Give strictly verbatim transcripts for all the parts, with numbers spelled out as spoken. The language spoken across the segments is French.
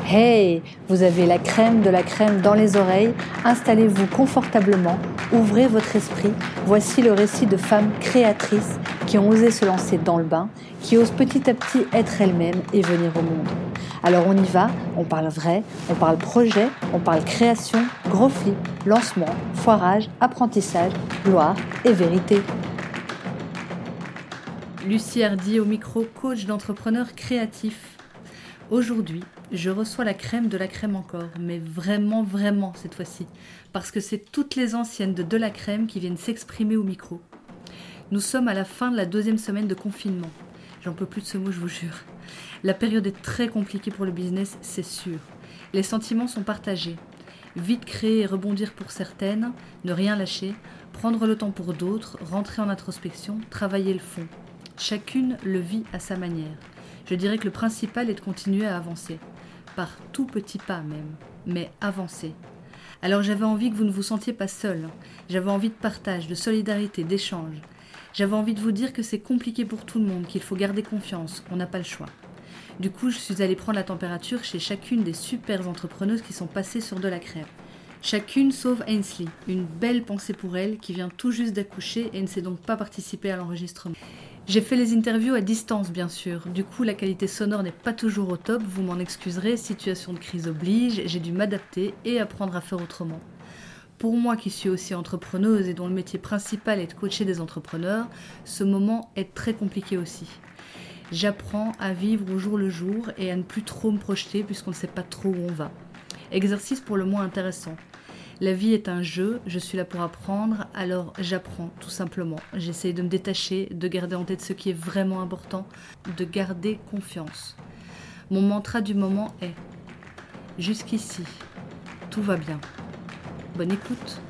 Hey, vous avez la crème de la crème dans les oreilles, installez-vous confortablement, ouvrez votre esprit, voici le récit de femmes créatrices qui ont osé se lancer dans le bain, qui osent petit à petit être elles-mêmes et venir au monde. Alors on y va, on parle vrai, on parle projet, on parle création, gros flip, lancement, foirage, apprentissage, gloire et vérité. Lucie Hardy au micro, coach d'entrepreneurs créatifs. Aujourd'hui, je reçois la crème de la crème encore, mais vraiment, vraiment cette fois-ci, parce que c'est toutes les anciennes de De la Crème qui viennent s'exprimer au micro. Nous sommes à la fin de la deuxième semaine de confinement. J'en peux plus de ce mot, je vous jure. La période est très compliquée pour le business, c'est sûr. Les sentiments sont partagés. Vite créer et rebondir pour certaines, ne rien lâcher, prendre le temps pour d'autres, rentrer en introspection, travailler le fond. Chacune le vit à sa manière. Je dirais que le principal est de continuer à avancer. Par tout petits pas même, mais avancer. Alors j'avais envie que vous ne vous sentiez pas seul. J'avais envie de partage, de solidarité, d'échange. J'avais envie de vous dire que c'est compliqué pour tout le monde, qu'il faut garder confiance, on n'a pas le choix. Du coup, je suis allée prendre la température chez chacune des super entrepreneuses qui sont passées sur De la Crème. Chacune sauf Ainsley, une belle pensée pour elle qui vient tout juste d'accoucher et ne sait donc pas participer à l'enregistrement. J'ai fait les interviews à distance bien sûr, du coup la qualité sonore n'est pas toujours au top, vous m'en excuserez, situation de crise oblige, j'ai dû m'adapter et apprendre à faire autrement. Pour moi qui suis aussi entrepreneuse et dont le métier principal est de coacher des entrepreneurs, ce moment est très compliqué aussi. J'apprends à vivre au jour le jour et à ne plus trop me projeter puisqu'on ne sait pas trop où on va. Exercice pour le moins intéressant. La vie est un jeu, je suis là pour apprendre, alors j'apprends tout simplement. J'essaye de me détacher, de garder en tête ce qui est vraiment important, de garder confiance. Mon mantra du moment est « Jusqu'ici, tout va bien ». Bonne écoute.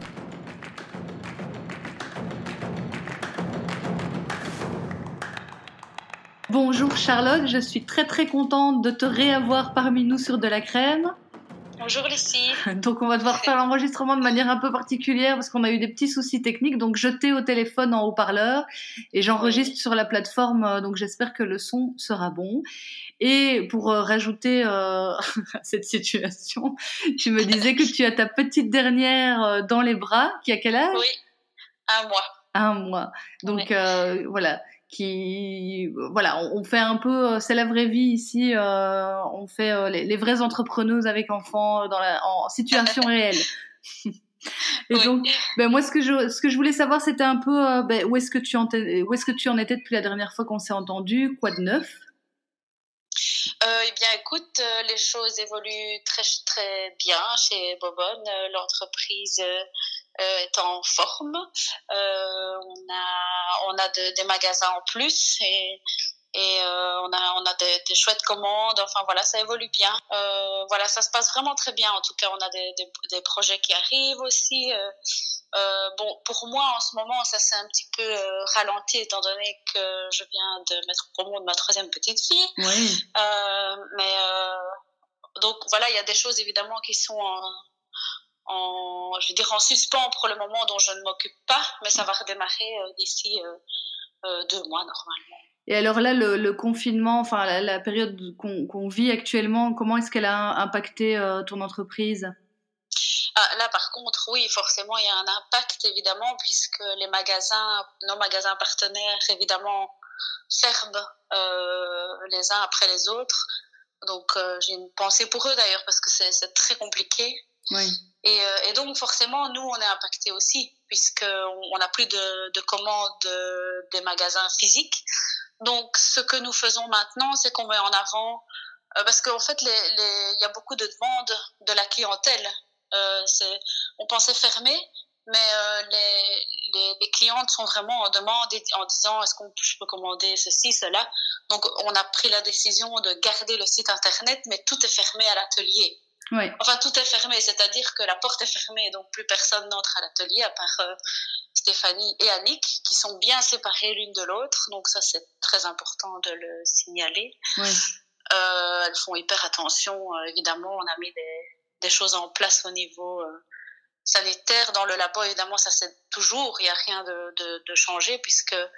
Bonjour Charlotte, je suis très très contente de te réavoir parmi nous sur De la Crème. Bonjour Lucie. Donc on va devoir faire l'enregistrement de manière un peu particulière parce qu'on a eu des petits soucis techniques. Donc je t'ai au téléphone en haut-parleur et j'enregistre oui. sur la plateforme. Donc j'espère que le son sera bon. Et pour euh, rajouter euh, à cette situation, je me disais que tu as ta petite dernière euh, dans les bras qui a quel âge ? Oui, un mois. Un mois. Donc oui. euh, voilà. Qui voilà, on, on fait un peu, euh, c'est la vraie vie ici. Euh, on fait euh, les, les vraies entrepreneuses avec enfants dans la, en situation réelle. Et oui. donc, ben moi, ce que je, ce que je voulais savoir, c'était un peu, euh, ben, où est-ce que tu en, où est-ce que tu en étais depuis la dernière fois qu'on s'est entendu, quoi de neuf ? Euh, eh bien, écoute, euh, les choses évoluent très très bien chez Bobonne. Euh, l'entreprise euh, est en forme. Euh, on a on a de, des magasins en plus et et euh, on a on a des, des chouettes commandes. Enfin voilà, ça évolue bien. Euh, voilà, ça se passe vraiment très bien. En tout cas, on a des des, des projets qui arrivent aussi. Euh, Euh, bon, pour moi, en ce moment, ça s'est un petit peu euh, ralenti étant donné que je viens de mettre au monde ma troisième petite fille. Oui. Euh, mais euh, donc voilà, il y a des choses évidemment qui sont en, en, je veux dire, en suspens pour le moment dont je ne m'occupe pas, mais ça va redémarrer euh, d'ici euh, euh, deux mois normalement. Et alors là, le, le confinement, enfin la, la période qu'on, qu'on vit actuellement, comment est-ce qu'elle a impacté euh, ton entreprise ? Ah, là, par contre, oui, forcément, il y a un impact, évidemment, puisque les magasins, nos magasins partenaires, évidemment, ferment euh, les uns après les autres. Donc, euh, j'ai une pensée pour eux, d'ailleurs, parce que c'est, c'est très compliqué. Oui. Et, euh, et donc, forcément, nous, on est impactés aussi, puisqu'on n'a plus de, de commandes de, des magasins physiques. Donc, ce que nous faisons maintenant, c'est qu'on met en avant... Euh, parce qu'en fait, les, les, il y a beaucoup de demandes de la clientèle. Euh, c'est, on pensait fermer, mais euh, les, les, les clientes sont vraiment en demande en disant est-ce qu'on je peux commander ceci, cela. Donc on a pris la décision de garder le site internet, mais tout est fermé à l'atelier. Oui. Enfin, tout est fermé, c'est-à-dire que la porte est fermée, donc plus personne n'entre à l'atelier à part euh, Stéphanie et Annick, qui sont bien séparées l'une de l'autre. Donc ça, c'est très important de le signaler. Oui. Euh, elles font hyper attention, euh, évidemment. On a mis des des choses en place au niveau euh, sanitaire. Dans le labo, évidemment, ça c'est toujours, il n'y a rien de, de, de changé puisque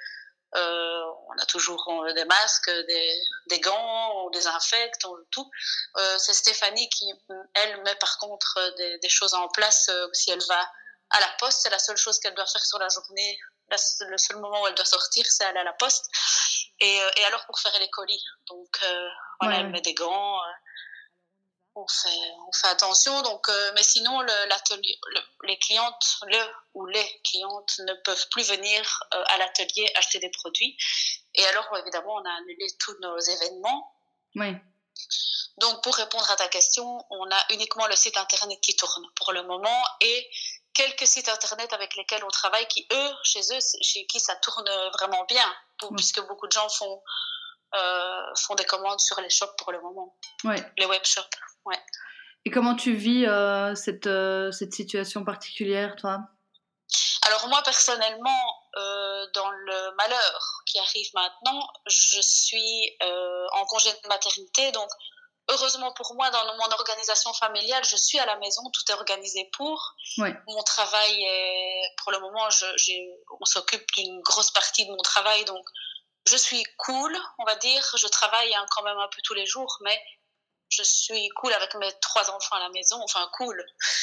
Euh, on a toujours on, des masques, des, des gants, on désinfecte, on, tout. Euh, c'est Stéphanie qui, elle, met par contre des, des choses en place. Euh, si elle va à la poste, c'est la seule chose qu'elle doit faire sur la journée. La, le seul moment où elle doit sortir, c'est aller à la poste. Et, euh, et alors pour faire les colis. Donc euh, voilà, ouais. Elle met des gants. Euh, on fait, on fait attention. Donc, euh, mais sinon, le, l'atelier, le, les clientes, le ou les clientes ne peuvent plus venir euh, à l'atelier acheter des produits. Et alors, évidemment, on a annulé tous nos événements. Oui. Donc, pour répondre à ta question, on a uniquement le site internet qui tourne pour le moment et quelques sites internet avec lesquels on travaille qui, eux, chez eux, chez qui ça tourne vraiment bien, pour, oui. Puisque beaucoup de gens font, euh, font des commandes sur les shops pour le moment. Oui. Les web shops. Ouais. Et comment tu vis euh, cette, euh, cette situation particulière, toi ? Alors moi, personnellement, euh, dans le malheur qui arrive maintenant, je suis euh, en congé de maternité. Donc, heureusement pour moi, dans mon organisation familiale, je suis à la maison, tout est organisé pour. Ouais. Mon travail est, pour le moment, je, j'ai, on s'occupe d'une grosse partie de mon travail. Donc, je suis cool, on va dire. Je travaille hein, quand même un peu tous les jours, mais... je suis cool avec mes trois enfants à la maison, enfin cool.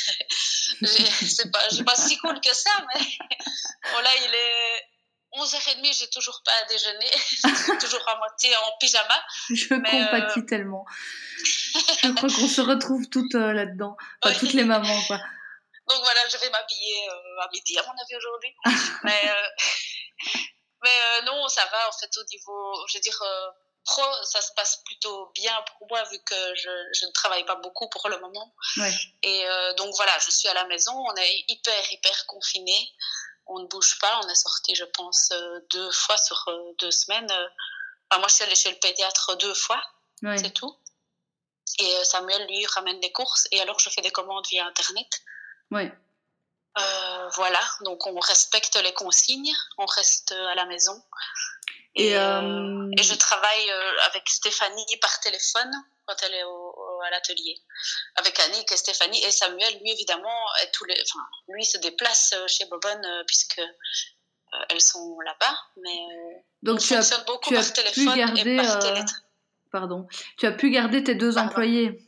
c'est pas, je suis pas si cool que ça, mais bon là il est onze heures trente, j'ai toujours pas à déjeuner, je suis toujours à moitié en pyjama. Je mais compatis euh... tellement. Je crois qu'on se retrouve toutes euh, là-dedans, enfin oui. Toutes les mamans quoi. Donc voilà, je vais m'habiller euh, à midi à mon avis aujourd'hui, mais euh... mais euh, non ça va en fait au niveau, je veux dire. Euh... pro, ça se passe plutôt bien pour moi vu que je, je ne travaille pas beaucoup pour le moment. Ouais. Et euh, donc voilà, je suis à la maison, on est hyper, hyper confinés. On ne bouge pas, on est sorti, je pense, deux fois sur deux semaines. Enfin, moi, je suis allée chez le pédiatre deux fois, ouais. C'est tout. Et Samuel, lui, ramène des courses et alors je fais des commandes via Internet. Ouais. Euh, voilà, donc on respecte les consignes, on reste à la maison. Et, et, euh, euh... et je travaille avec Stéphanie par téléphone quand elle est au, au, à l'atelier. Avec Annick et Stéphanie et Samuel, lui évidemment, et tous les, enfin, lui se déplace chez Bobonne euh, puisque euh, elles sont là-bas. Mais euh, donc on tu fonctionne as, beaucoup tu par as téléphone pu garder, et par euh... télé. Pardon. Tu as pu garder tes deux Pardon. employés.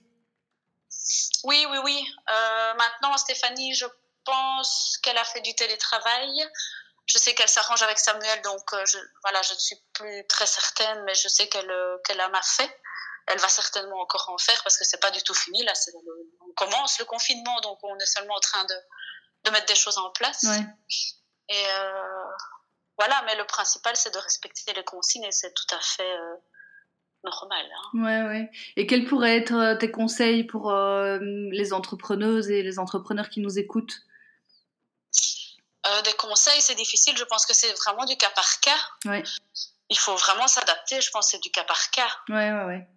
Oui, oui, oui. Euh, maintenant, Stéphanie, je pense qu'elle a fait du télétravail. Je sais qu'elle s'arrange avec Samuel, donc euh, je, voilà, je ne suis plus très certaine, mais je sais qu'elle, euh, qu'elle en a fait. Elle va certainement encore en faire parce que c'est pas du tout fini. Là, c'est le, on commence le confinement, donc on est seulement en train de, de mettre des choses en place. Ouais. Et euh, voilà, mais le principal, c'est de respecter les consignes et c'est tout à fait euh, normal. Hein. Ouais, ouais. Et quels pourraient être tes conseils pour euh, les entrepreneuses et les entrepreneurs qui nous écoutent ? Euh, des conseils, c'est difficile. Je pense que c'est vraiment du cas par cas. Ouais. Il faut vraiment s'adapter. Je pense que c'est du cas par cas. Ouais, ouais, ouais.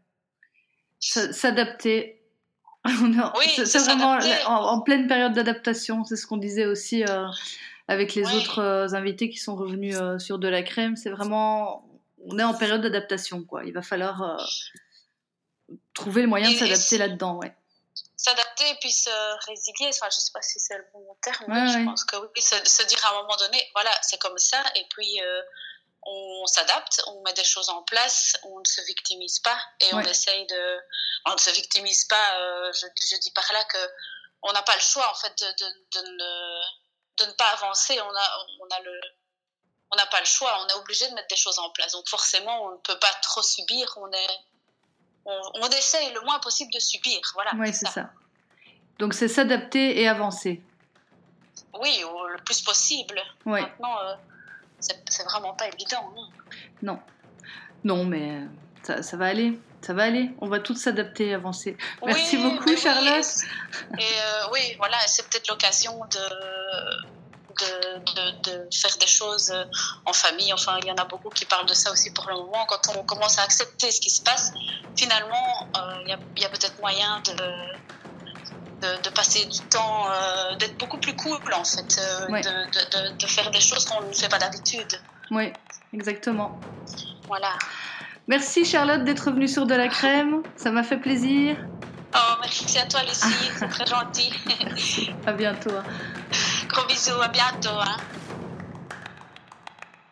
S'adapter. Oui, c'est, c'est vraiment en, en pleine période d'adaptation. C'est ce qu'on disait aussi euh, avec les oui. autres euh, invités qui sont revenus euh, sur De la Crème. C'est vraiment, on est en période d'adaptation, quoi. Il va falloir euh, trouver le moyen et, de s'adapter là-dedans, ouais. S'adapter et puis se résilier, enfin, je ne sais pas si c'est le bon terme, ouais, je ouais. pense que oui, se, se dire à un moment donné, voilà, c'est comme ça, et puis euh, on s'adapte, on met des choses en place, on ne se victimise pas, et ouais. on essaye de... On ne se victimise pas, euh, je, je dis par là qu'on n'a pas le choix, en fait, de, de, de, ne, de ne pas avancer, on a, on a le... On n'a pas le choix, on est obligé de mettre des choses en place, donc forcément, on ne peut pas trop subir, on est... On, on essaye le moins possible de subir, voilà. Oui, c'est ça. ça. Donc, c'est s'adapter et avancer. Oui, le plus possible. Ouais. Maintenant, euh, c'est, c'est vraiment pas évident. Non, non, non mais ça, ça va aller. Ça va aller. On va tous s'adapter et avancer. Merci oui, beaucoup, Charlotte. Oui, et euh, oui, voilà, c'est peut-être l'occasion de... De, de, de faire des choses en famille. Enfin, il y en a beaucoup qui parlent de ça aussi pour le moment. Quand on commence à accepter ce qui se passe, finalement, euh, il y a, il y a peut-être moyen de, de, de passer du temps, euh, d'être beaucoup plus cool, en fait, euh, ouais. de, de, de faire des choses qu'on ne fait pas d'habitude. Oui, exactement. Voilà. Merci, Charlotte, d'être venue sur De la Crème. Ça m'a fait plaisir. Oh, merci à toi, Lucie. C'est très gentil. À bientôt. Gros bisous, à bientôt. Hein.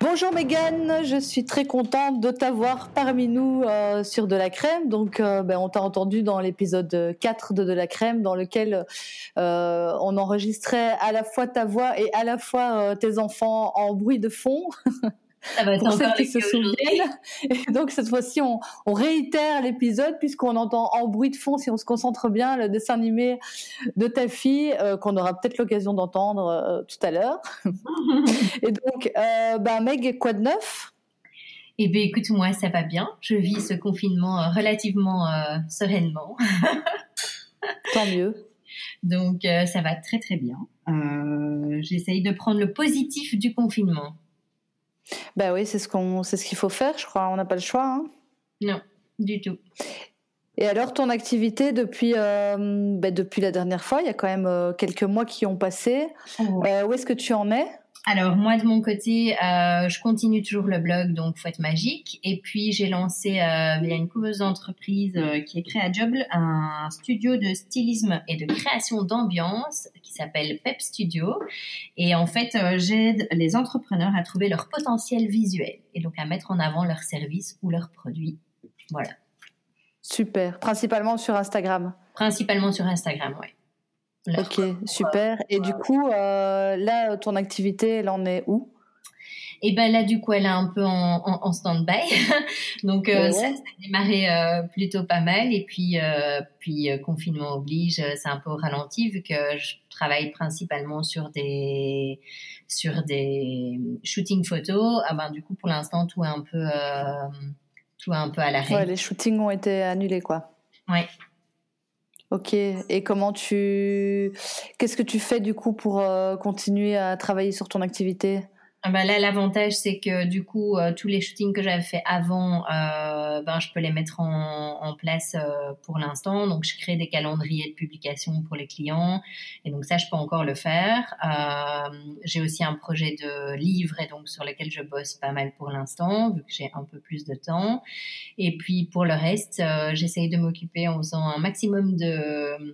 Bonjour Mégane, je suis très contente de t'avoir parmi nous euh, sur De la Crème. Donc, euh, ben, on t'a entendu dans l'épisode quatre de De la Crème, dans lequel euh, on enregistrait à la fois ta voix et à la fois euh, tes enfants en bruit de fond. Ça va être pour celles encore qui se souviennent. Et donc cette fois-ci, on, on réitère l'épisode puisqu'on entend en bruit de fond, si on se concentre bien, le dessin animé de ta fille euh, qu'on aura peut-être l'occasion d'entendre euh, tout à l'heure. Et donc, euh, bah, Meg, quoi de neuf ? Eh bien, écoute, moi, ça va bien. Je vis ce confinement euh, relativement euh, sereinement. Tant mieux. Donc, euh, ça va très, très bien. Euh, j'essaye de prendre le positif du confinement. Ben oui, c'est ce qu'on, c'est ce qu'il faut faire, je crois. On n'a pas le choix. Hein. Non, du tout. Et alors, ton activité depuis, euh, ben depuis la dernière fois, il y a quand même euh, quelques mois qui ont passé. Oh. Euh, où est-ce que tu en es ? Alors, moi, de mon côté, euh, je continue toujours le blog, donc Fouette Magique. Et puis, j'ai lancé, euh, via une couveuse d'entreprise euh, qui est Créajob, un studio de stylisme et de création d'ambiance qui s'appelle Pep Studio. Et en fait, euh, j'aide les entrepreneurs à trouver leur potentiel visuel et donc à mettre en avant leurs services ou leurs produits. Voilà. Super. Principalement sur Instagram ? Principalement sur Instagram, oui. Leur ok, super. Et du coup, euh, là, ton activité, elle en est où ? Et ben là, du coup, elle est un peu en, en, en stand-by. Donc, euh, ouais. ça, ça a démarré euh, plutôt pas mal. Et puis, euh, puis euh, confinement oblige, c'est un peu au ralenti vu que je travaille principalement sur des sur des shootings photos. Ah ben, du coup, pour l'instant, tout est un peu euh, tout est un peu à l'arrêt. Ouais, les shootings ont été annulés, quoi. Ouais. Ok, et comment tu... Qu'est-ce que tu fais du coup pour euh, continuer à travailler sur ton activité ? Ah ben là, l'avantage, c'est que du coup, euh, tous les shootings que j'avais fait avant, euh, ben, je peux les mettre en, en place euh, pour l'instant. Donc, je crée des calendriers de publication pour les clients. Et donc, ça, je peux encore le faire. Euh, j'ai aussi un projet de livre et donc sur lequel je bosse pas mal pour l'instant, vu que j'ai un peu plus de temps. Et puis, pour le reste, euh, j'essaye de m'occuper en faisant un maximum de...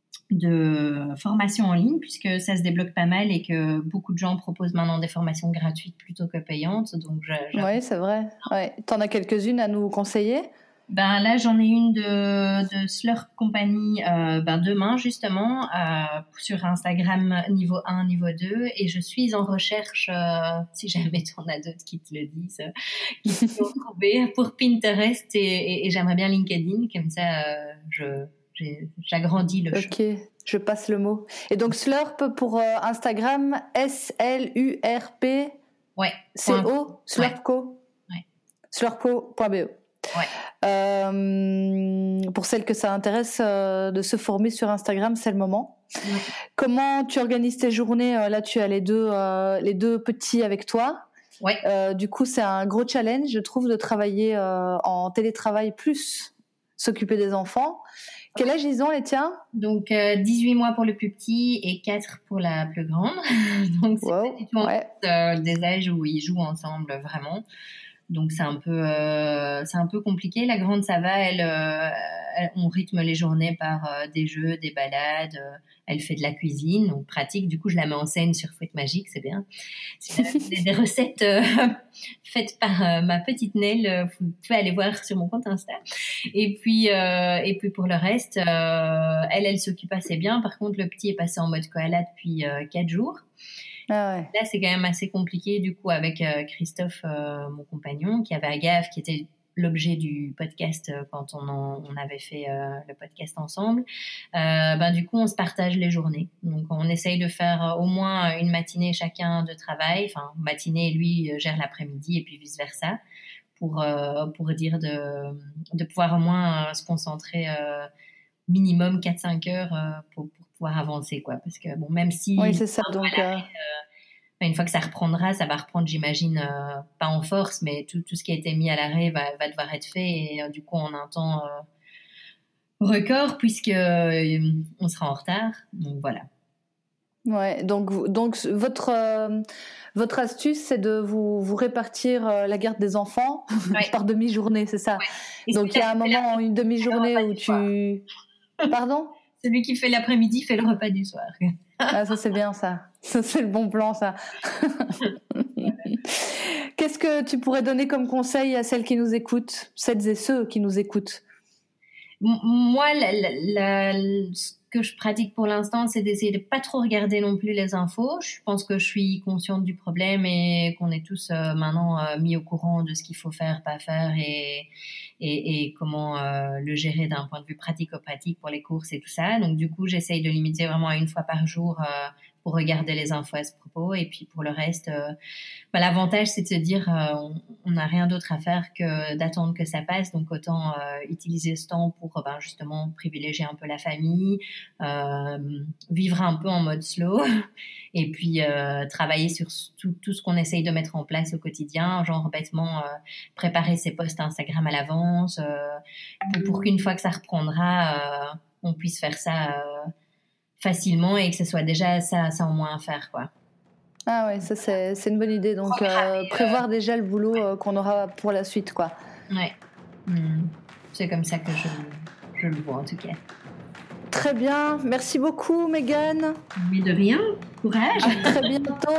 de formation en ligne puisque ça se débloque pas mal et que beaucoup de gens proposent maintenant des formations gratuites plutôt que payantes. Donc, oui, c'est vrai. Ouais. T'en as quelques-unes à nous conseiller ? Ben là, j'en ai une de, de Slurp Company euh, ben demain justement euh, sur Instagram niveau un, niveau deux et je suis en recherche, euh, si jamais t'en as d'autres qui te le disent, euh, qui se sont trouvés pour Pinterest et, et, et j'aimerais bien LinkedIn, comme ça euh, je... J'ai, j'agrandis le Ok, show. Je passe le mot. Et donc Slurp pour euh, Instagram, S L U R P ouais, C O, Slurpco, ouais. slurpco point b e. Ouais. Euh, pour celles que ça intéresse euh, de se former sur Instagram, c'est le moment. Ouais. Comment tu organises tes journées ? Là, tu as les deux, euh, les deux petits avec toi. Ouais. Euh, du coup, c'est un gros challenge, je trouve, de travailler euh, en télétravail plus s'occuper des enfants. Quel âge ils ont, les tiens ? Donc, euh, dix-huit mois pour le plus petit et quatre pour la plus grande. Donc, c'est wow, pas du tout ouais. euh, des âges où ils jouent ensemble, vraiment. Donc, c'est un peu, euh, c'est un peu compliqué. La grande, ça va. Elle, euh, elle on rythme les journées par euh, des jeux, des balades. Euh, elle fait de la cuisine, donc pratique. Du coup, je la mets en scène sur Fouette Magique, c'est bien. C'est des, des recettes euh, faites par euh, ma petite Nell. Vous pouvez aller voir sur mon compte Insta. Et puis, euh, et puis pour le reste, euh, elle, elle s'occupe assez bien. Par contre, le petit est passé en mode koala depuis euh, quatre jours. Ah ouais. Là, c'est quand même assez compliqué, du coup, avec euh, Christophe, euh, mon compagnon, qui avait Agave, qui était l'objet du podcast euh, quand on, en, on avait fait euh, le podcast ensemble. Euh, ben, du coup, on se partage les journées. Donc, on essaye de faire euh, au moins une matinée chacun de travail. Enfin, matinée, lui euh, gère l'après-midi et puis vice-versa. Pour, euh, pour dire de, de pouvoir au moins euh, se concentrer euh, minimum quatre à cinq heures euh, pour, pour pouvoir avancer, quoi. Parce que, bon, même si... Oui, c'est ça, donc... Euh... Une fois que ça reprendra, ça va reprendre, j'imagine, euh, pas en force, mais tout, tout ce qui a été mis à l'arrêt va, va devoir être fait. Et euh, du coup, on a un temps euh, record puisque euh, on sera en retard. Donc, voilà. Ouais, donc, donc votre, euh, votre astuce, c'est de vous, vous répartir euh, la garde des enfants ouais. par demi-journée, c'est ça ouais. Donc, il y a un moment, une demi-journée où tu... Pardon ? Celui qui fait l'après-midi fait le repas du soir. Ah, ça, c'est bien, ça. Ça, c'est le bon plan, ça. Qu'est-ce que tu pourrais donner comme conseil à celles qui nous écoutent, celles et ceux qui nous écoutent? Moi, la, la, la, ce que je pratique pour l'instant, c'est d'essayer de pas trop regarder non plus les infos. Je pense que je suis consciente du problème et qu'on est tous euh, maintenant euh, mis au courant de ce qu'il faut faire, pas faire et, et, et comment euh, le gérer d'un point de vue pratico-pratique pour les courses et tout ça. Donc, du coup, j'essaye de limiter vraiment à une fois par jour euh, pour regarder les infos à ce propos. Et puis, pour le reste, euh, bah, l'avantage, c'est de se dire euh, on n'a rien d'autre à faire que d'attendre que ça passe. Donc, autant euh, utiliser ce temps pour ben, justement privilégier un peu la famille, euh, vivre un peu en mode slow et puis euh, travailler sur tout, tout ce qu'on essaye de mettre en place au quotidien, genre bêtement euh, préparer ses posts Instagram à l'avance euh, pour, pour qu'une fois que ça reprendra, euh, on puisse faire ça euh, facilement et que ce soit déjà ça, ça en moins à faire, quoi. Ah ouais, ça c'est, c'est une bonne idée. Donc euh, prévoir euh, déjà le boulot euh, qu'on aura pour la suite, quoi. Ouais, mmh. C'est comme ça que je, je le vois en tout cas. Très bien, merci beaucoup Megan. Oui, de rien, courage. À très bientôt.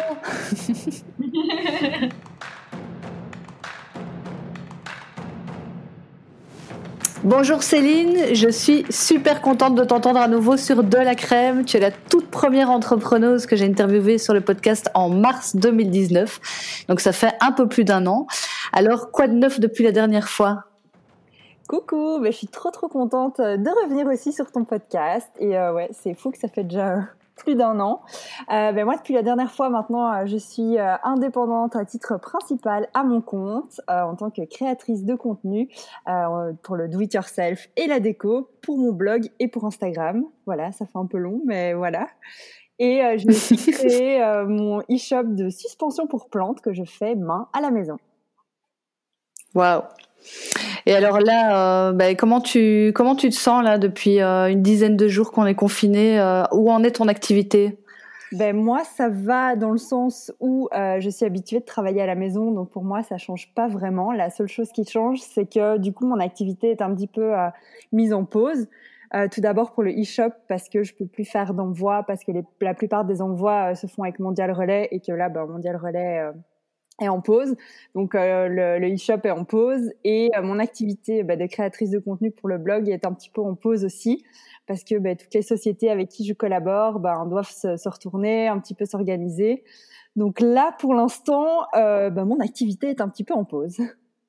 Bonjour Céline, je suis super contente de t'entendre à nouveau sur De la Crème. Tu es la toute première entrepreneuse que j'ai interviewée sur le podcast en mars deux mille dix-neuf. Donc ça fait un peu plus d'un an. Alors, quoi de neuf depuis la dernière fois ? Coucou, bah, je suis trop trop contente de revenir aussi sur ton podcast. Et euh, ouais, c'est fou que ça fait déjà plus d'un an. Euh, ben moi, depuis la dernière fois maintenant, je suis euh, indépendante à titre principal à mon compte euh, en tant que créatrice de contenu euh, pour le do-it-yourself et la déco, pour mon blog et pour Instagram. Voilà, ça fait un peu long, mais voilà. Et euh, je me suis créé euh, mon e-shop de suspension pour plantes que je fais main à la maison. Waouh! Et alors là, euh, bah, comment tu comment tu te sens là depuis euh, une dizaine de jours qu'on est confiné euh, où en est ton activité? Ben moi, ça va dans le sens où euh, je suis habituée de travailler à la maison, donc pour moi, ça change pas vraiment. La seule chose qui change, c'est que du coup, mon activité est un petit peu euh, mise en pause. Euh, tout d'abord pour le e-shop parce que je peux plus faire d'envoi parce que les, la plupart des envois euh, se font avec Mondial Relais et que là, ben, Mondial Relais euh, est en pause. Donc euh, le, le e-shop est en pause et euh, mon activité bah, de créatrice de contenu pour le blog est un petit peu en pause aussi parce que bah, toutes les sociétés avec qui je collabore bah, doivent se, se retourner, un petit peu s'organiser. Donc là, pour l'instant, euh, bah, mon activité est un petit peu en pause.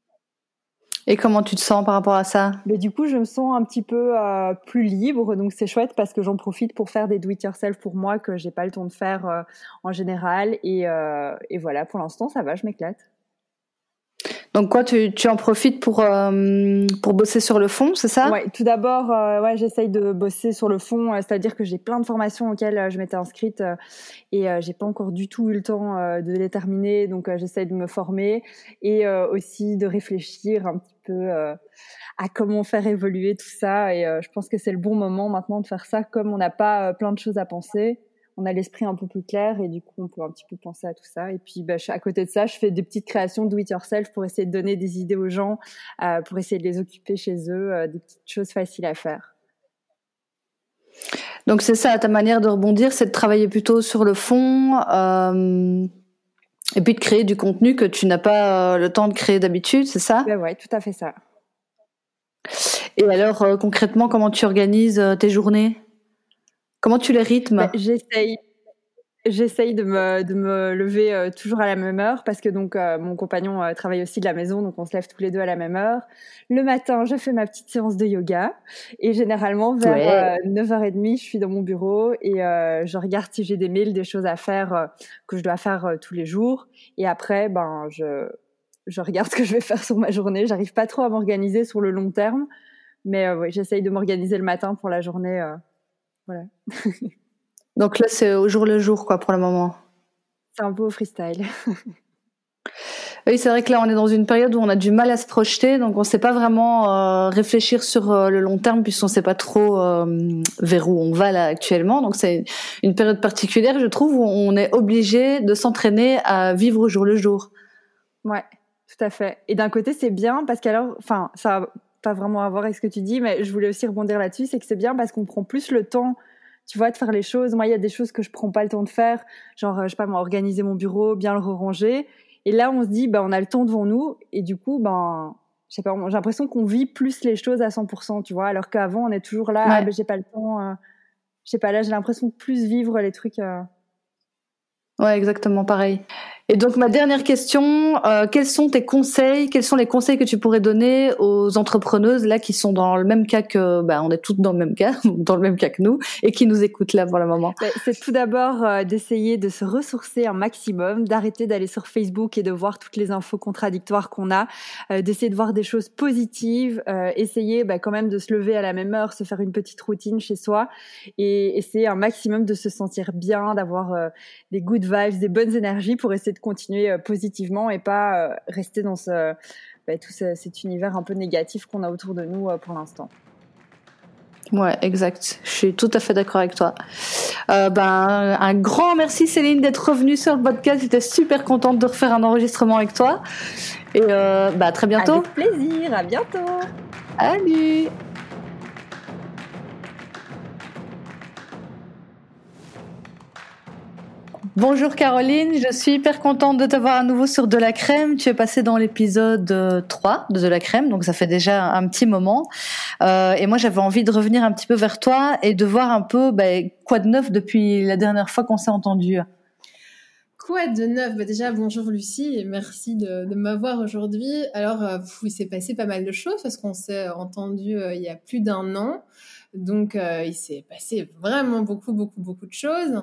Et comment tu te sens par rapport à ça? Mais du coup, je me sens un petit peu euh, plus libre, donc c'est chouette parce que j'en profite pour faire des do-it-yourself pour moi que j'ai pas le temps de faire euh, en général. Et, euh, et voilà, pour l'instant, ça va, je m'éclate. Donc quoi, tu, tu en profites pour euh, pour bosser sur le fond, c'est ça? Ouais, tout d'abord, euh, ouais, j'essaye de bosser sur le fond, euh, c'est-à-dire que j'ai plein de formations auxquelles euh, je m'étais inscrite euh, et euh, j'ai pas encore du tout eu le temps euh, de les terminer, donc euh, j'essaye de me former et euh, aussi de réfléchir un petit peu euh, à comment faire évoluer tout ça. Et euh, je pense que c'est le bon moment maintenant de faire ça, comme on n'a pas euh, plein de choses à penser. On a l'esprit un peu plus clair et du coup, on peut un petit peu penser à tout ça. Et puis, bah, je, à côté de ça, je fais des petites créations do-it-yourself pour essayer de donner des idées aux gens, euh, pour essayer de les occuper chez eux, euh, des petites choses faciles à faire. Donc, c'est ça, ta manière de rebondir, c'est de travailler plutôt sur le fond euh, et puis de créer du contenu que tu n'as pas euh, le temps de créer d'habitude, c'est ça? Ben ouais, tout à fait ça. Et alors, euh, concrètement, comment tu organises euh, tes journées? Comment tu les rythmes? Ben, j'essaye. J'essaye de me, de me lever euh, toujours à la même heure parce que donc euh, mon compagnon euh, travaille aussi de la maison, donc on se lève tous les deux à la même heure. Le matin, je fais ma petite séance de yoga et généralement vers ouais. euh, neuf heures trente, je suis dans mon bureau et euh, je regarde si j'ai des mails, des choses à faire euh, que je dois faire euh, tous les jours. Et après, ben je, je regarde ce que je vais faire sur ma journée. J'arrive pas trop à m'organiser sur le long terme, mais euh, ouais, j'essaye de m'organiser le matin pour la journée. Euh, voilà. Donc là, c'est au jour le jour, quoi, pour le moment. C'est un peu au freestyle. Oui, c'est vrai que là, on est dans une période où on a du mal à se projeter, donc on ne sait pas vraiment euh, réfléchir sur euh, le long terme, puisqu'on ne sait pas trop euh, vers où on va là actuellement. Donc c'est une période particulière, je trouve, où on est obligé de s'entraîner à vivre au jour le jour. Ouais, tout à fait. Et d'un côté, c'est bien parce qu'alors, enfin, ça n'a pas vraiment à voir avec ce que tu dis, mais je voulais aussi rebondir là-dessus, c'est que c'est bien parce qu'on prend plus le temps, tu vois, de faire les choses. Moi, il y a des choses que je prends pas le temps de faire, genre, je sais pas moi, organiser mon bureau, bien le ranger. Et là, on se dit, bah, on a le temps devant nous. Et du coup, ben, je sais pas, j'ai l'impression qu'on vit plus les choses à cent pour cent, tu vois. Alors qu'avant, on est toujours là, Ouais. ah, ben, j'ai pas le temps. Euh, je sais pas, là, j'ai l'impression de plus vivre les trucs. Euh... Ouais, exactement pareil. Et donc ma dernière question, euh, quels sont tes conseils, quels sont les conseils que tu pourrais donner aux entrepreneuses là qui sont dans le même cas que, bah on est toutes dans le même cas, dans le même cas que nous et qui nous écoutent là pour le moment. Ben, c'est tout d'abord euh, d'essayer de se ressourcer un maximum, d'arrêter d'aller sur Facebook et de voir toutes les infos contradictoires qu'on a, euh, d'essayer de voir des choses positives, euh, essayer ben, quand même de se lever à la même heure, se faire une petite routine chez soi et essayer un maximum de se sentir bien, d'avoir euh, des good vibes, des bonnes énergies pour essayer de continuer euh, positivement et pas euh, rester dans ce, ben, tout ce, cet univers un peu négatif qu'on a autour de nous euh, pour l'instant. Ouais, exact. Je suis tout à fait d'accord avec toi. Euh, ben, un grand merci Céline d'être revenue sur le podcast. J'étais super contente de refaire un enregistrement avec toi. Et euh, bah, à très bientôt. Avec plaisir, à bientôt. Salut. Bonjour Caroline, je suis hyper contente de t'avoir à nouveau sur De la Crème. Tu es passée dans l'épisode trois de De la Crème, donc ça fait déjà un petit moment. Euh, et moi, j'avais envie de revenir un petit peu vers toi et de voir un peu bah, quoi de neuf depuis la dernière fois qu'on s'est entendu. Quoi de neuf ? Bah déjà, bonjour Lucie et merci de, de m'avoir aujourd'hui. Alors, euh, pff, il s'est passé pas mal de choses parce qu'on s'est entendu euh, il y a plus d'un an. Donc, euh, il s'est passé vraiment beaucoup, beaucoup, beaucoup de choses,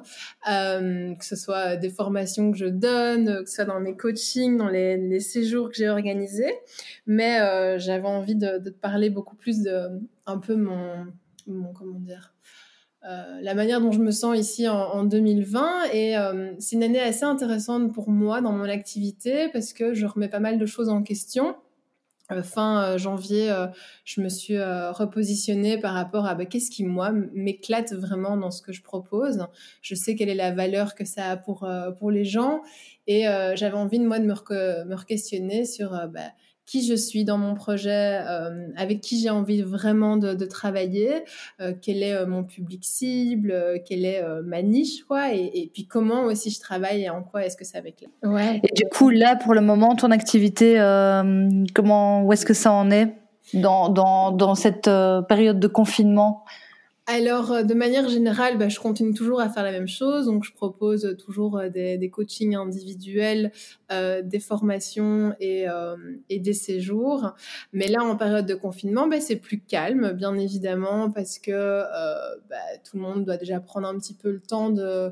euh, que ce soit des formations que je donne, que ce soit dans mes coachings, dans les, les séjours que j'ai organisés. Mais euh, j'avais envie de, de te parler beaucoup plus de un peu mon, mon comment dire, euh, la manière dont je me sens ici en, en deux mille vingt. Et euh, c'est une année assez intéressante pour moi dans mon activité parce que je remets pas mal de choses en question. Euh, fin euh, janvier, euh, je me suis euh, repositionnée par rapport à bah, qu'est-ce qui, moi, m'éclate vraiment dans ce que je propose. Je sais quelle est la valeur que ça a pour, euh, pour les gens. Et euh, j'avais envie, de moi, de me, re- me re-questionner sur euh, bah, qui je suis dans mon projet, euh, avec qui j'ai envie vraiment de, de travailler, euh, quel est euh, mon public cible, euh, quelle est euh, ma niche, quoi, et, et puis comment aussi je travaille et en quoi est-ce que ça m'éclate. Ouais. Et du coup, là, pour le moment, ton activité, euh, comment, où est-ce que ça en est dans, dans, dans cette euh, période de confinement ? Alors, de manière générale, bah, je continue toujours à faire la même chose. Donc, je propose toujours des, des coachings individuels, euh, des formations et, euh, et des séjours. Mais là, en période de confinement, bah, c'est plus calme, bien évidemment, parce que euh, bah, tout le monde doit déjà prendre un petit peu le temps de...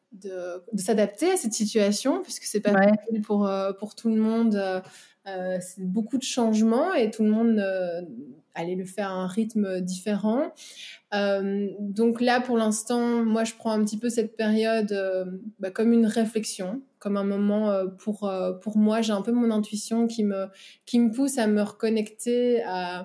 De, de s'adapter à cette situation, puisque c'est pas ouais. facile pour, euh, pour tout le monde. Euh, c'est beaucoup de changements et tout le monde euh, allait le faire à un rythme différent. Euh, donc là, pour l'instant, moi, je prends un petit peu cette période euh, bah, comme une réflexion, comme un moment euh, pour, euh, pour moi. J'ai un peu mon intuition qui me, qui me pousse à me reconnecter à...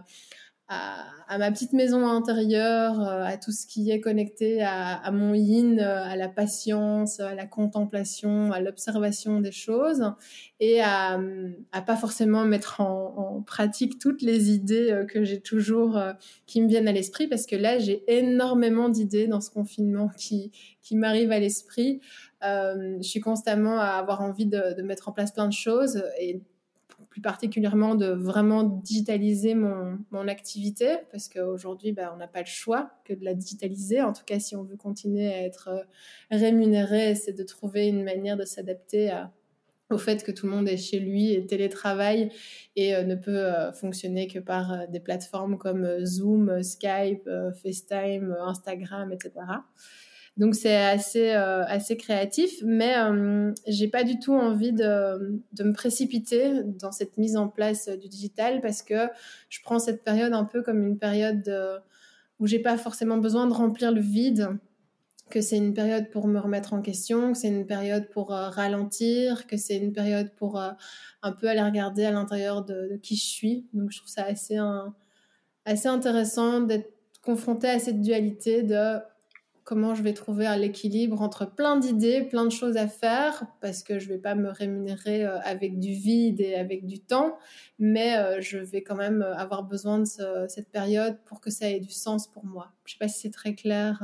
À, à ma petite maison intérieure, à tout ce qui est connecté à, à mon yin, à la patience, à la contemplation, à l'observation des choses et à, à pas forcément mettre en, en pratique toutes les idées que j'ai toujours, qui me viennent à l'esprit parce que là, j'ai énormément d'idées dans ce confinement qui, qui m'arrivent à l'esprit. Euh, je suis constamment à avoir envie de, de mettre en place plein de choses et plus particulièrement de vraiment digitaliser mon, mon activité parce qu'aujourd'hui, bah, on n'a pas le choix que de la digitaliser. En tout cas, si on veut continuer à être rémunéré, c'est de trouver une manière de s'adapter à, au fait que tout le monde est chez lui et télétravaille et euh, ne peut euh, fonctionner que par euh, des plateformes comme euh, Zoom, Skype, euh, FaceTime, Instagram, et cetera. Donc c'est assez euh, assez créatif, mais euh, j'ai pas du tout envie de de me précipiter dans cette mise en place du digital parce que je prends cette période un peu comme une période de, où j'ai pas forcément besoin de remplir le vide, que c'est une période pour me remettre en question, que c'est une période pour euh, ralentir, que c'est une période pour euh, un peu aller regarder à l'intérieur de, de qui je suis. Donc je trouve ça assez un, assez intéressant d'être confrontée à cette dualité de comment je vais trouver l'équilibre entre plein d'idées, plein de choses à faire, parce que je ne vais pas me rémunérer avec du vide et avec du temps, mais je vais quand même avoir besoin de ce, cette période pour que ça ait du sens pour moi. Je ne sais pas si c'est très clair,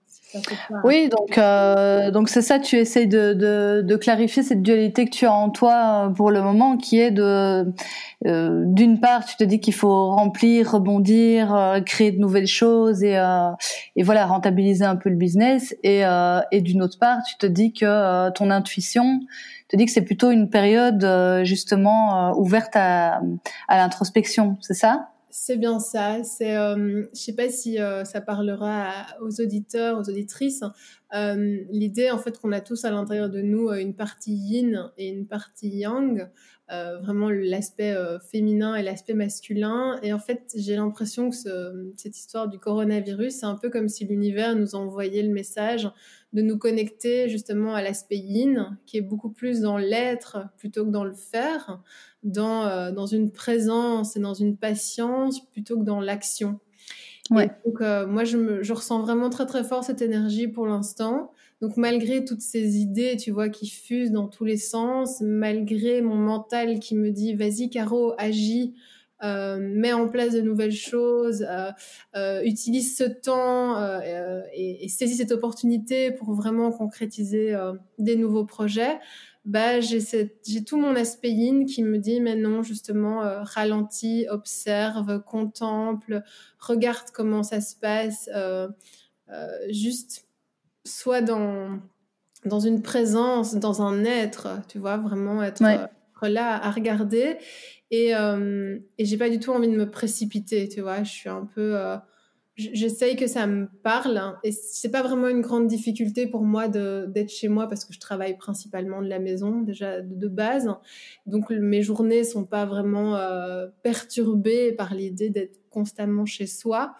Oui, donc euh, donc c'est ça, tu essayes de, de de clarifier cette dualité que tu as en toi pour le moment, qui est de euh, d'une part, tu te dis qu'il faut remplir, rebondir, euh, créer de nouvelles choses et euh, et voilà, rentabiliser un peu le business, et euh, et d'une autre part, tu te dis que euh, ton intuition te dit que c'est plutôt une période euh, justement euh, ouverte à à l'introspection, c'est ça? C'est bien ça. C'est, euh, je sais pas si euh, ça parlera à, aux auditeurs, aux auditrices. Euh, l'idée, en fait, qu'on a tous à l'intérieur de nous une partie yin et une partie yang, euh, vraiment l'aspect euh, féminin et l'aspect masculin. Et en fait, j'ai l'impression que ce, cette histoire du coronavirus, c'est un peu comme si l'univers nous envoyait le message de nous connecter justement à l'aspect yin, qui est beaucoup plus dans l'être plutôt que dans le faire. Dans, euh, dans une présence et dans une patience plutôt que dans l'action. Ouais. Et donc, euh, moi, je, me, je ressens vraiment très, très fort cette énergie pour l'instant. Donc, malgré toutes ces idées, tu vois, qui fusent dans tous les sens, malgré mon mental qui me dit « Vas-y, Caro, agis, euh, mets en place de nouvelles choses, euh, euh, utilise ce temps euh, et, et saisis cette opportunité pour vraiment concrétiser euh, des nouveaux projets », bah, j'ai, cette, j'ai tout mon aspect yin qui me dit, mais non, justement, euh, ralentis, observe, contemple, regarde comment ça se passe, euh, euh, juste sois dans, dans une présence, dans un être, tu vois, vraiment être, ouais. euh, être là à regarder. Et, euh, et j'ai pas du tout envie de me précipiter, tu vois, je suis un peu... Euh, j'essaye que ça me parle, hein, et c'est pas vraiment une grande difficulté pour moi de, d'être chez moi parce que je travaille principalement de la maison déjà de, de base, donc mes journées sont pas vraiment euh, perturbées par l'idée d'être constamment chez soi,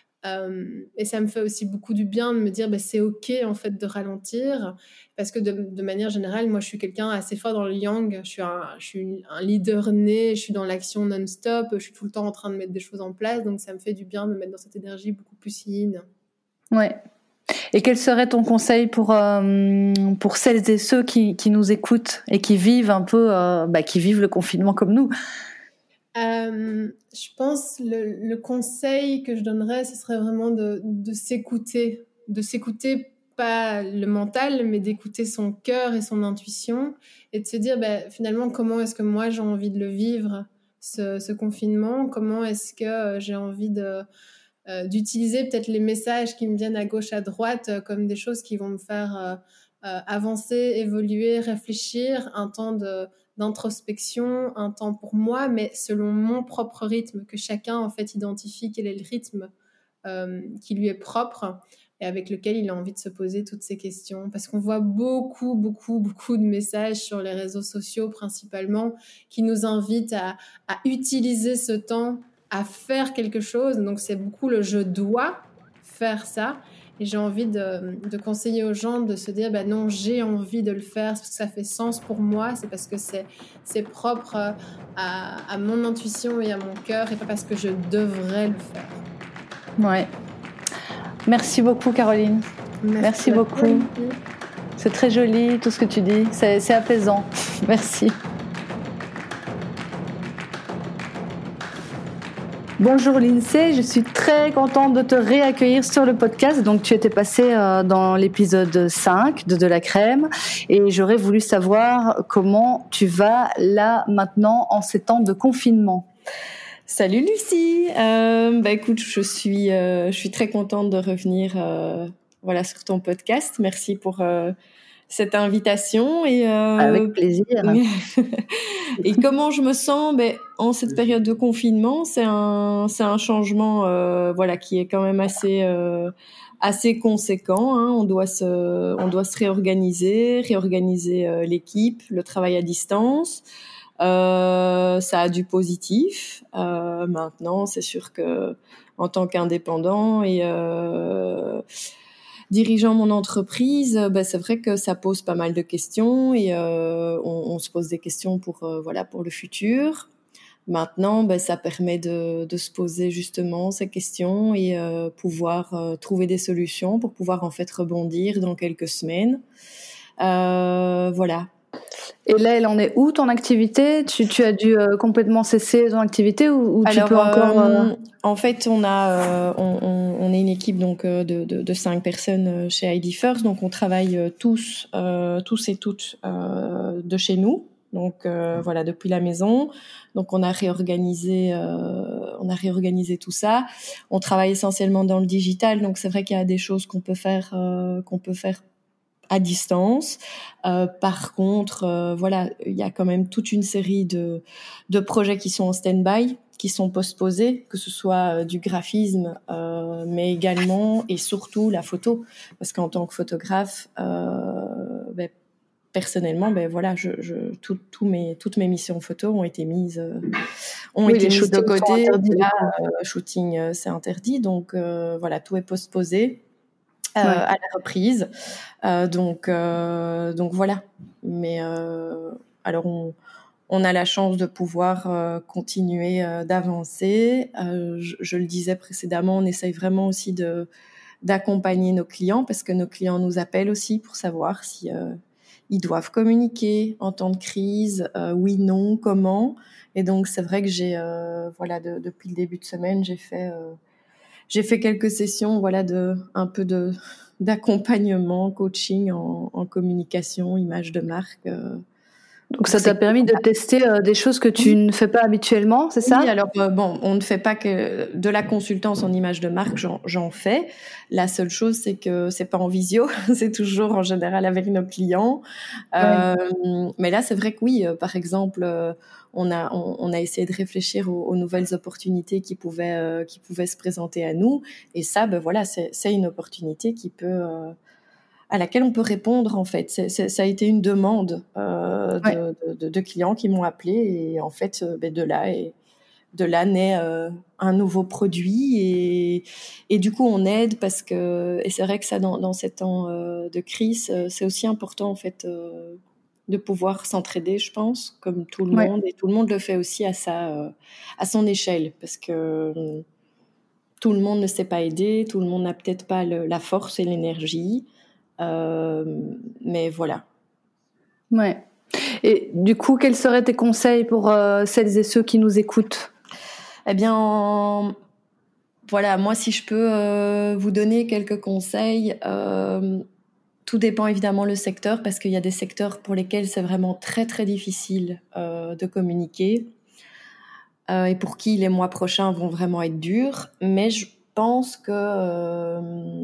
euh, et ça me fait aussi beaucoup du bien de me dire bah, c'est ok en fait de ralentir, parce que de, de manière générale moi je suis quelqu'un assez fort dans le yang, je suis un, je suis un leader né, je suis dans l'action non-stop, je suis tout le temps en train de mettre des choses en place, donc ça me fait du bien de me mettre dans cette énergie beaucoup plus yin. Ouais. Et quel serait ton conseil pour euh, pour celles et ceux qui qui nous écoutent et qui vivent un peu euh, bah, qui vivent le confinement comme nous? Euh, je pense le, le conseil que je donnerais, ce serait vraiment de, de s'écouter, de s'écouter pas le mental, mais d'écouter son cœur et son intuition, et de se dire bah, finalement comment est-ce que moi j'ai envie de le vivre, ce, ce confinement, comment est-ce que j'ai envie de, euh, d'utiliser peut-être les messages qui me viennent à gauche, à droite, euh, comme des choses qui vont me faire euh, euh, avancer, évoluer, réfléchir, un temps de d'introspection, un temps pour moi, mais selon mon propre rythme, que chacun en fait identifie quel est le rythme euh, qui lui est propre et avec lequel il a envie de se poser toutes ces questions. Parce qu'on voit beaucoup, beaucoup, beaucoup de messages sur les réseaux sociaux principalement qui nous invitent à, à utiliser ce temps, à faire quelque chose. Donc c'est beaucoup le « je dois faire ça ». Et j'ai envie de, de conseiller aux gens de se dire bah non, j'ai envie de le faire parce que ça fait sens pour moi, c'est parce que c'est, c'est propre à, à mon intuition et à mon cœur et pas parce que je devrais le faire. Ouais. Merci beaucoup, Caroline. Merci, Merci beaucoup. Caroline. C'est très joli tout ce que tu dis, c'est, c'est apaisant. Merci. Bonjour Lindsay, je suis très contente de te réaccueillir sur le podcast. Donc tu étais passée euh, dans l'épisode cinq de De la crème et j'aurais voulu savoir comment tu vas là maintenant en ces temps de confinement. Salut Lucie, euh, bah écoute, je suis, euh, je suis très contente de revenir euh, voilà, sur ton podcast. Merci pour euh, cette invitation. Et, euh, Avec plaisir. Et comment je me sens ben, en cette période de confinement, c'est un, c'est un changement euh, voilà, qui est quand même assez, euh, assez conséquent. Hein. On doit se, on doit se réorganiser, réorganiser euh, l'équipe, le travail à distance. Euh, ça a du positif. Euh, maintenant, c'est sûr que en tant qu'indépendant et euh, dirigeant mon entreprise, ben c'est vrai que ça pose pas mal de questions et euh, on, on se pose des questions pour euh, voilà pour le futur. Maintenant, ben ça permet de, de se poser justement ces questions et euh, pouvoir euh, trouver des solutions pour pouvoir en fait rebondir dans quelques semaines. Euh, voilà. Et là, elle en est où ton activité ? tu, tu as dû euh, complètement cesser ton activité ou, ou Alors, tu peux encore euh... euh, en fait, on a, euh, on, on, on est une équipe donc euh, de, de, de cinq personnes chez I D First, donc on travaille euh, tous, euh, tous et toutes euh, de chez nous. Donc euh, voilà, depuis la maison. Donc on a réorganisé, euh, on a réorganisé tout ça. On travaille essentiellement dans le digital, donc c'est vrai qu'il y a des choses qu'on peut faire, euh, qu'on peut faire à distance. Euh, par contre, euh, voilà, il y a quand même toute une série de de projets qui sont en stand-by, qui sont postposés, que ce soit euh, du graphisme, euh, mais également et surtout la photo, parce qu'en tant que photographe, euh, ben, personnellement, ben voilà, je, je tout, tout mes, toutes mes missions photo ont été mises, euh, ont oui, été les mises de côté. Interdits, Là, euh, shooting, euh, c'est interdit, donc euh, voilà, tout est postposé. Euh, ouais. à la reprise, euh, donc euh, donc voilà. Mais euh, alors on on a la chance de pouvoir euh, continuer euh, d'avancer. Euh, je, je le disais précédemment, on essaye vraiment aussi de d'accompagner nos clients parce que nos clients nous appellent aussi pour savoir si euh, ils doivent communiquer en temps de crise, euh, oui, non, comment. Et donc c'est vrai que j'ai euh, voilà de, depuis le début de semaine, j'ai fait euh, J'ai fait quelques sessions, voilà, de un peu de d'accompagnement, coaching en, en communication, image de marque. Euh, Donc ça t'a permis de tester euh, des choses que tu oui. ne fais pas habituellement, c'est ça ? Oui, alors euh, bon, on ne fait pas que de la consultance en image de marque, j'en, j'en fais. La seule chose, c'est que c'est pas en visio, c'est toujours en général avec nos clients. Euh, ouais. Mais là, c'est vrai que oui, euh, par exemple, euh, on a on, on a essayé de réfléchir aux, aux nouvelles opportunités qui pouvaient euh, qui pouvaient se présenter à nous. Et ça, ben voilà, c'est, c'est une opportunité qui peut euh, à laquelle on peut répondre en fait. C'est, c'est, ça a été une demande euh, de, ouais. de, de, de clients qui m'ont appelé et en fait, ben de là et de là naît euh, un nouveau produit et, et du coup on aide parce que et c'est vrai que ça dans, dans ces temps euh, de crise c'est aussi important en fait euh, de pouvoir s'entraider, je pense, comme tout le ouais. monde, et tout le monde le fait aussi à sa euh, à son échelle parce que euh, tout le monde ne sait pas aider, tout le monde n'a peut-être pas le, la force et l'énergie, euh, mais voilà. Ouais. Et du coup, quels seraient tes conseils pour euh, celles et ceux qui nous écoutent ? Eh bien, voilà, moi, si je peux euh, vous donner quelques conseils, euh, tout dépend évidemment le secteur, parce qu'il y a des secteurs pour lesquels c'est vraiment très, très difficile euh, de communiquer euh, et pour qui les mois prochains vont vraiment être durs. Mais je pense que euh,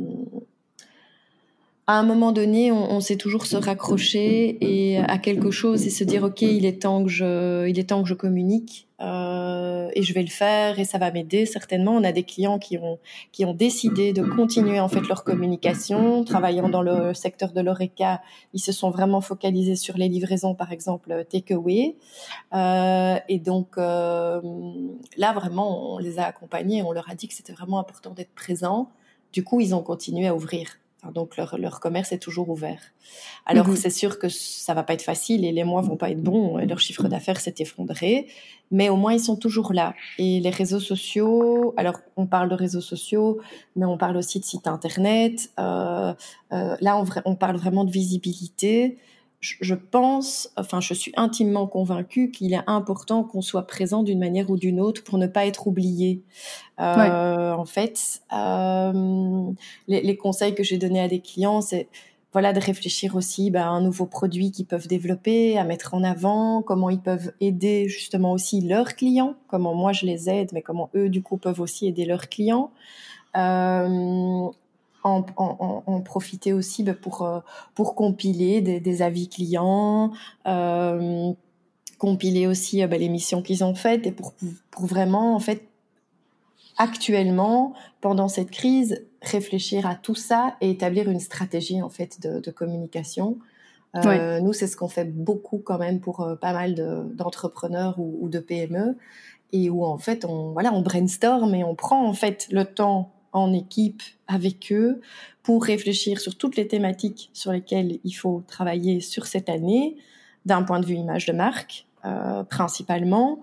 à un moment donné, on, on sait toujours se raccrocher et à quelque chose et se dire ok, il est temps que je, il est temps que je communique euh, et je vais le faire et ça va m'aider certainement. On a des clients qui ont qui ont décidé de continuer en fait leur communication, travaillant dans le secteur de l'Horeca. Ils se sont vraiment focalisés sur les livraisons, par exemple takeaway, euh, et donc euh, là vraiment on les a accompagnés, on leur a dit que c'était vraiment important d'être présent. Du coup, ils ont continué à ouvrir. Donc leur, leur commerce est toujours ouvert. Alors mmh. c'est sûr que ça va pas être facile et les mois vont pas être bons et leur chiffre d'affaires s'est effondré, mais au moins ils sont toujours là. Et les réseaux sociaux, alors on parle de réseaux sociaux, mais on parle aussi de sites internet. Euh, euh, là on, on parle vraiment de visibilité. Je, je pense, enfin je suis intimement convaincue qu'il est important qu'on soit présent d'une manière ou d'une autre pour ne pas être oublié. Euh, ouais. En fait, euh, les, les conseils que j'ai donnés à des clients, c'est voilà de réfléchir aussi bah, à un nouveau produit qu'ils peuvent développer, à mettre en avant, comment ils peuvent aider justement aussi leurs clients, comment moi je les aide, mais comment eux du coup peuvent aussi aider leurs clients. Euh, En, en, en profiter aussi bah, pour, pour compiler des, des avis clients, euh, compiler aussi bah, les missions qu'ils ont faites et pour, pour vraiment, en fait, actuellement, pendant cette crise, réfléchir à tout ça et établir une stratégie en fait, de, de communication. Euh, ouais. Nous, c'est ce qu'on fait beaucoup quand même pour euh, pas mal de, d'entrepreneurs ou, ou de P M E et où en fait, on, voilà, on brainstorm et on prend en fait le temps en équipe avec eux pour réfléchir sur toutes les thématiques sur lesquelles il faut travailler sur cette année, d'un point de vue image de marque euh, principalement,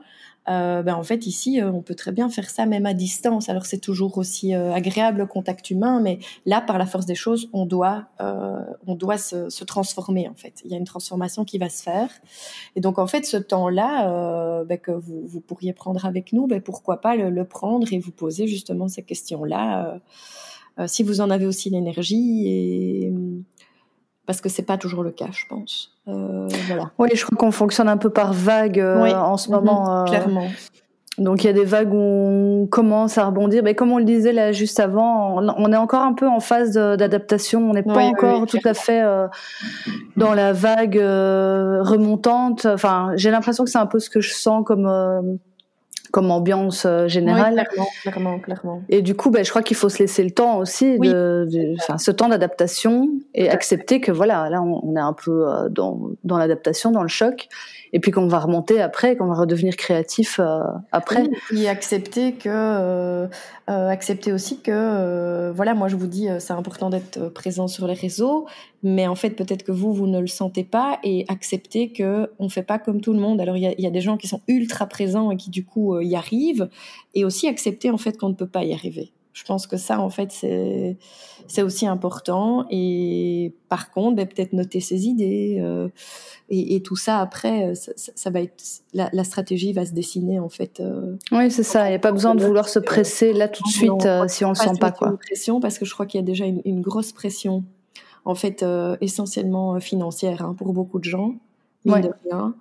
Euh, ben en fait ici euh, on peut très bien faire ça même à distance. Alors c'est toujours aussi euh, agréable le contact humain, mais là par la force des choses on doit euh, on doit se, se transformer en fait. Il y a une transformation qui va se faire, et donc en fait ce temps-là euh, ben, que vous, vous pourriez prendre avec nous, ben, pourquoi pas le, le prendre et vous poser justement ces questions-là euh, euh, si vous en avez aussi l'énergie, et parce que c'est pas toujours le cas, je pense. Euh, voilà. Oui, je crois qu'on fonctionne un peu par vagues euh, oui. en ce mmh, moment. Euh, clairement. Donc il y a des vagues où on commence à rebondir. Mais comme on le disait là juste avant, on, on est encore un peu en phase de, d'adaptation. On n'est pas oui, encore oui, tout à fait euh, dans la vague euh, remontante. Enfin, j'ai l'impression que c'est un peu ce que je sens comme euh, comme ambiance euh, générale. Oui, clairement, clairement, clairement. Et du coup, ben, je crois qu'il faut se laisser le temps aussi, oui. de, de, enfin, ce temps d'adaptation, et accepter que voilà, là, on, on est un peu euh, dans, dans l'adaptation, dans le choc, et puis qu'on va remonter après, qu'on va redevenir créatif euh, après. Oui, et puis accepter que, euh, euh, accepter aussi que, euh, voilà, moi je vous dis, euh, c'est important d'être présent sur les réseaux, mais en fait peut-être que vous, vous ne le sentez pas, et accepter que on fait pas comme tout le monde. Alors il y a, il y a des gens qui sont ultra présents et qui du coup euh, y arrivent, et aussi accepter en fait qu'on ne peut pas y arriver. Je pense que ça, en fait, c'est c'est aussi important. Et par contre, ben, peut-être noter ses idées euh, et, et tout ça. Après, ça, ça, ça va être la, la stratégie va se dessiner en fait. Euh, oui, c'est ça. Il n'y a pas besoin de vouloir se presser là tout de suite euh, si on le sent pas, quoi. Une pression, parce que je crois qu'il y a déjà une, une grosse pression, en fait, euh, essentiellement financière hein, pour beaucoup de gens, mine ouais. de rien.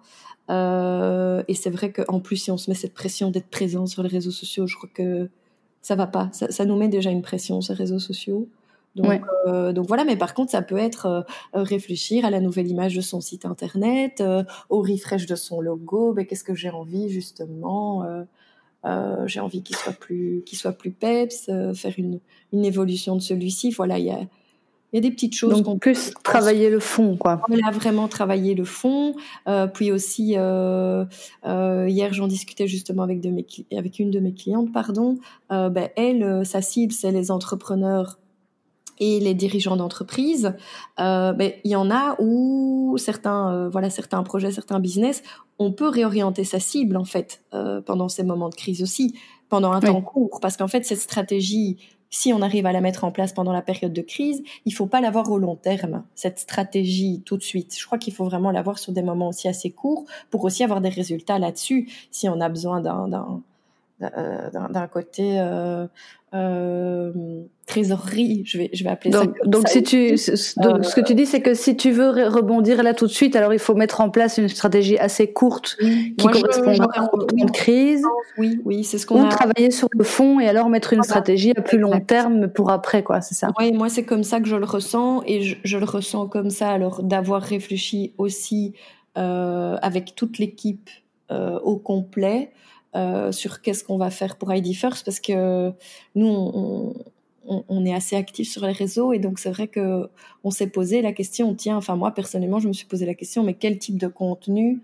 Euh, et c'est vrai qu'en plus, si on se met cette pression d'être présent sur les réseaux sociaux, je crois que ça va pas, ça, ça nous met déjà une pression, ces réseaux sociaux. Donc, ouais. euh, donc voilà, mais par contre, ça peut être euh, réfléchir à la nouvelle image de son site internet, euh, au refresh de son logo. Ben, qu'est-ce que j'ai envie justement euh, euh, J'ai envie qu'il soit plus, qu'il soit plus peps, euh, faire une, une évolution de celui-ci. Voilà, il y a, il y a des petites choses donc qu'on plus peut travailler le fond, quoi. On a vraiment travaillé le fond. Euh, puis aussi, euh, euh, hier, j'en discutais justement avec, de mes, avec une de mes clientes, pardon. Euh, ben, elle, sa cible, c'est les entrepreneurs et les dirigeants d'entreprise. Euh, ben, il y en a où certains, euh, voilà, certains projets, certains business, on peut réorienter sa cible, en fait, euh, pendant ces moments de crise aussi, pendant un oui. temps court. Parce qu'en fait, cette stratégie, si on arrive à la mettre en place pendant la période de crise, il faut pas l'avoir au long terme, cette stratégie tout de suite. Je crois qu'il faut vraiment l'avoir sur des moments aussi assez courts pour aussi avoir des résultats là-dessus. Si on a besoin d'un, d'un, d'un, d'un côté euh, euh, trésorerie, je vais, je vais appeler donc, ça comme donc ça. Si tu, donc, euh, ce que tu dis, c'est que si tu veux rebondir là tout de suite, alors il faut mettre en place une stratégie assez courte oui. qui correspondra au temps de crise. Oui, oui, c'est ce qu'on ou a. travailler sur le fond et alors mettre une voilà. stratégie à plus long terme pour après, quoi, c'est ça. Oui, moi c'est comme ça que je le ressens, et je, je le ressens comme ça. Alors d'avoir réfléchi aussi euh, avec toute l'équipe euh, au complet. Euh, sur qu'est-ce qu'on va faire pour I D First, parce que nous on, on, on est assez actifs sur les réseaux, et donc c'est vrai que on s'est posé la question, tiens, enfin moi personnellement je me suis posé la question, mais quel type de contenu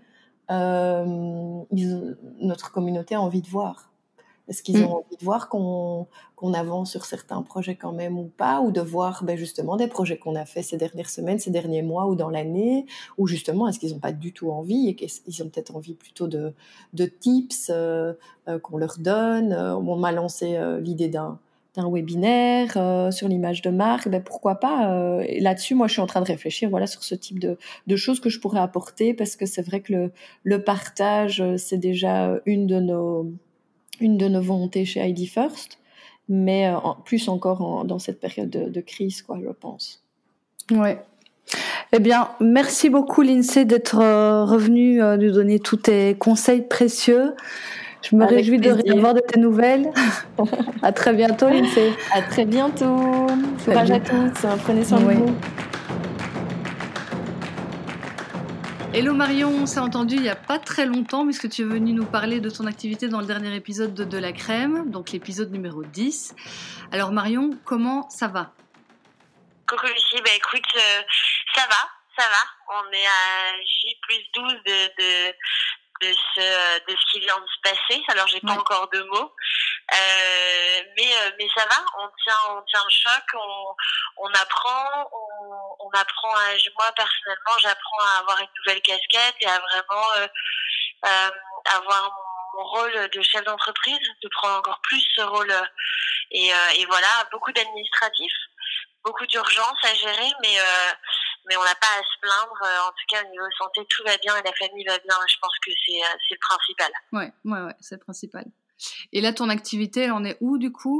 euh, ils, notre communauté a envie de voir? Est-ce qu'ils ont mmh. envie de voir qu'on, qu'on avance sur certains projets quand même ou pas, ou de voir ben, justement des projets qu'on a fait ces dernières semaines, ces derniers mois ou dans l'année, ou justement est-ce qu'ils n'ont pas du tout envie et qu'ils ont peut-être envie plutôt de, de tips euh, euh, qu'on leur donne. On m'a lancé euh, l'idée d'un, d'un webinaire euh, sur l'image de marque, ben, pourquoi pas euh, et là-dessus, moi je suis en train de réfléchir voilà, sur ce type de, de choses que je pourrais apporter, parce que c'est vrai que le, le partage, c'est déjà une de nos... une de nos volontés chez I D First, mais euh, en, plus encore en, dans cette période de, de crise, quoi, je pense. Ouais. Eh bien, merci beaucoup, Lindsay, d'être euh, revenue euh, nous donner tous tes conseils précieux. Je me Avec réjouis plaisir. de revoir de tes nouvelles. À très bientôt, Lindsay. À très bientôt. Courage à tous. Prenez soin oui. de vous. Hello Marion, on s'est entendu il n'y a pas très longtemps puisque tu es venue nous parler de ton activité dans le dernier épisode de De la Crème, donc l'épisode numéro dix. Alors Marion, comment ça va? Coucou Lucie, bah écoute, euh, ça va, ça va. On est à J plus douze de, de, de, ce, de ce qui vient de se passer, alors j'ai pas ouais. encore de mots. Euh, mais mais ça va, on tient on tient le choc, on on apprend, on, on apprend à moi personnellement j'apprends à avoir une nouvelle casquette et à vraiment euh, euh, avoir mon rôle de chef d'entreprise, de prendre encore plus ce rôle. Et, euh, et voilà, beaucoup d'administratifs, beaucoup d'urgences à gérer, mais euh, mais on n'a pas à se plaindre. En tout cas, au niveau santé, tout va bien et la famille va bien. Je pense que c'est c'est le principal. Ouais, ouais, ouais, c'est le principal. Et là, ton activité, elle en est où du coup ?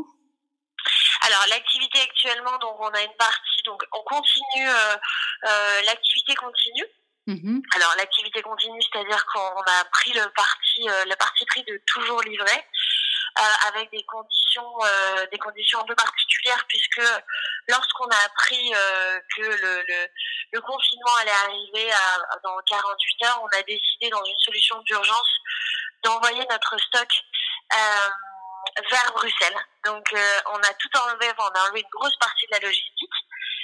Alors, l'activité actuellement, donc on a une partie, donc on continue, euh, euh, l'activité continue. Mmh. Alors, l'activité continue, c'est-à-dire qu'on a pris le parti, euh, le parti pris de toujours livrer. Euh, avec des conditions euh, des conditions un peu particulières, puisque lorsqu'on a appris euh, que le, le, le confinement allait arriver à, à dans quarante-huit heures, on a décidé dans une solution d'urgence d'envoyer notre stock euh, vers Bruxelles. Donc euh, on a tout enlevé, enfin, on a enlevé une grosse partie de la logistique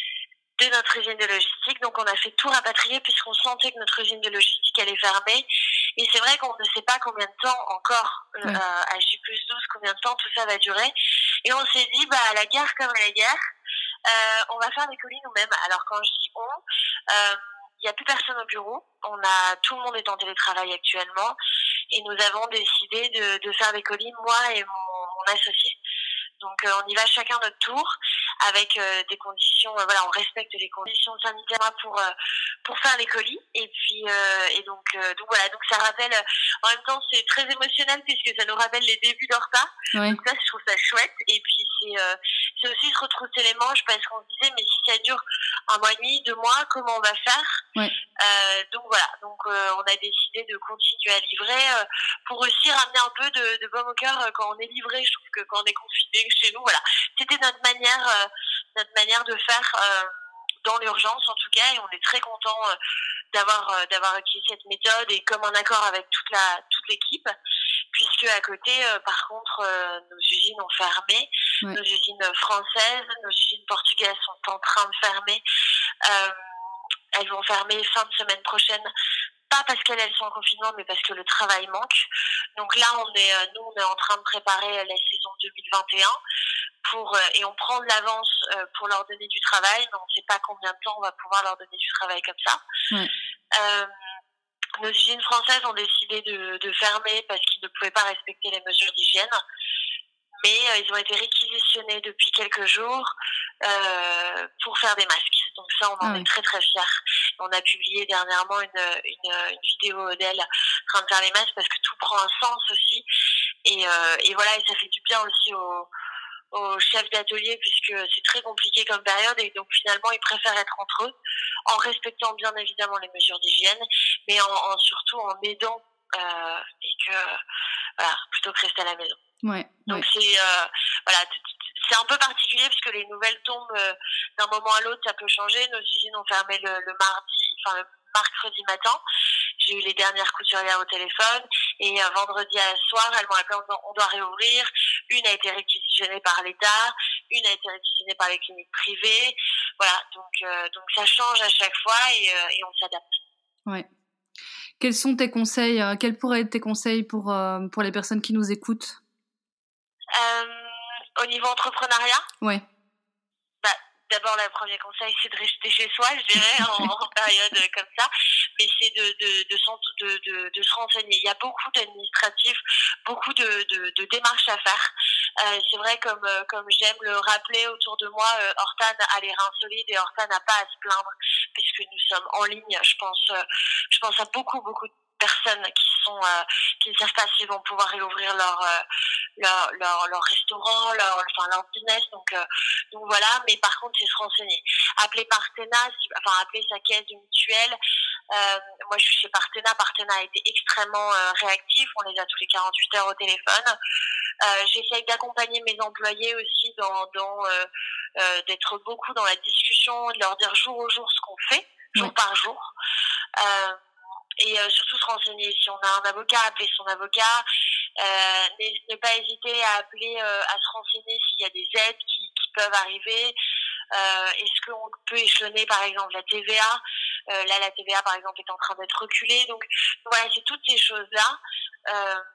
de notre usine de logistique, donc on a fait tout rapatrier puisqu'on sentait que notre usine de logistique allait fermer. Et c'est vrai qu'on ne sait pas combien de temps encore, euh, oui. à J plus douze, combien de temps tout ça va durer. Et on s'est dit, bah à la guerre comme à la guerre, euh, on va faire des colis nous-mêmes. Alors quand je dis on, euh, il n'y a plus personne au bureau. On a, tout le monde est en télétravail actuellement. Et nous avons décidé de, de faire des colis, moi et mon, mon associé. Donc euh, on y va chacun notre tour avec euh, des conditions, euh, voilà, on respecte les conditions sanitaires pour euh, pour faire les colis. Et puis euh, et donc euh, donc voilà, donc ça rappelle, en même temps c'est très émotionnel puisque ça nous rappelle les débuts d'Horta. Ouais. Donc ça, je trouve ça chouette. Et puis c'est euh, c'est aussi se retrousser les manches parce qu'on se disait mais si ça dure un mois et demi, deux mois, comment on va faire? Ouais. Euh, donc voilà, donc euh, on a décidé de continuer à livrer euh, pour aussi ramener un peu de, de baume au cœur euh, quand on est livré. Je trouve que quand on est confiné chez nous, voilà, c'était notre manière, euh, notre manière de faire euh, dans l'urgence en tout cas, et on est très content euh, d'avoir euh, d'avoir utilisé cette méthode et comme en accord avec toute la toute l'équipe, puisque à côté, euh, par contre, euh, nos usines ont fermé, ouais. Nos usines françaises, nos usines portugaises sont en train de fermer. Euh, elles vont fermer fin de semaine prochaine. Pas parce qu'elles sont en confinement, mais parce que le travail manque. Donc là, on est, nous, on est en train de préparer la saison deux mille vingt et un pour, et on prend de l'avance pour leur donner du travail, mais on ne sait pas combien de temps on va pouvoir leur donner du travail comme ça. Ouais. Euh, nos usines françaises ont décidé de, de fermer parce qu'ils ne pouvaient pas respecter les mesures d'hygiène. Mais euh, ils ont été réquisitionnés depuis quelques jours euh, pour faire des masques. Donc ça, on en ah est oui. très très fiers. On a publié dernièrement une, une, une vidéo d'elle en train de faire les masques parce que tout prend un sens aussi. Et, euh, et voilà, et ça fait du bien aussi aux, aux chefs d'atelier puisque c'est très compliqué comme période et donc finalement ils préfèrent être entre eux en respectant bien évidemment les mesures d'hygiène, mais en, en surtout en aidant euh, et que voilà, plutôt que rester à la maison. Ouais, donc ouais. c'est euh, voilà, c'est un peu particulier puisque les nouvelles tombent euh, d'un moment à l'autre, ça peut changer. Nos usines ont fermé le, le mardi, enfin le mercredi matin. J'ai eu les dernières couturières au téléphone et euh, vendredi à soir, elles m'ont appelé en disant on doit réouvrir. Une a été réquisitionnée par l'État, une a été réquisitionnée par les cliniques privées. Voilà, donc euh, donc ça change à chaque fois et, euh, et on s'adapte. Ouais. Quels sont tes conseils, euh, quels pourraient être tes conseils pour euh, pour les personnes qui nous écoutent? Euh, au niveau entrepreneuriat? Ouais. Bah, d'abord, le premier conseil, c'est de rester chez soi, je dirais, en, en période comme ça. Mais c'est de, de, de, de, de, de se renseigner. Il y a beaucoup d'administratifs, beaucoup de, de, de démarches à faire. Euh, c'est vrai, comme, comme j'aime le rappeler autour de moi, euh, Horta a les reins solides et Horta n'a pas à se plaindre puisque nous sommes en ligne. Je pense, euh, je pense à beaucoup, beaucoup de personnes qui sont euh, qui ne savent pas s'ils vont pouvoir réouvrir leur euh, leur, leur leur restaurant, leur enfin leur business. Donc euh, donc voilà. Mais par contre, c'est se renseigner. Appeler Partena, enfin appeler sa caisse de mutuelle. Euh, moi, je suis chez Partena. Partena a été extrêmement euh, réactif. On les a tous les quarante-huit heures au téléphone. Euh, j'essaye d'accompagner mes employés aussi dans dans euh, euh, d'être beaucoup dans la discussion, de leur dire jour au jour ce qu'on fait, jour ouais. par jour. Euh, et euh, surtout se renseigner. Si on a un avocat, appeler son avocat. Euh, ne, ne pas hésiter à appeler, euh, à se renseigner s'il y a des aides qui, qui peuvent arriver. Euh, est-ce qu'on peut échelonner par exemple la T V A? euh, Là, la T V A par exemple est en train d'être reculée. Donc voilà, c'est toutes ces choses-là. Euh,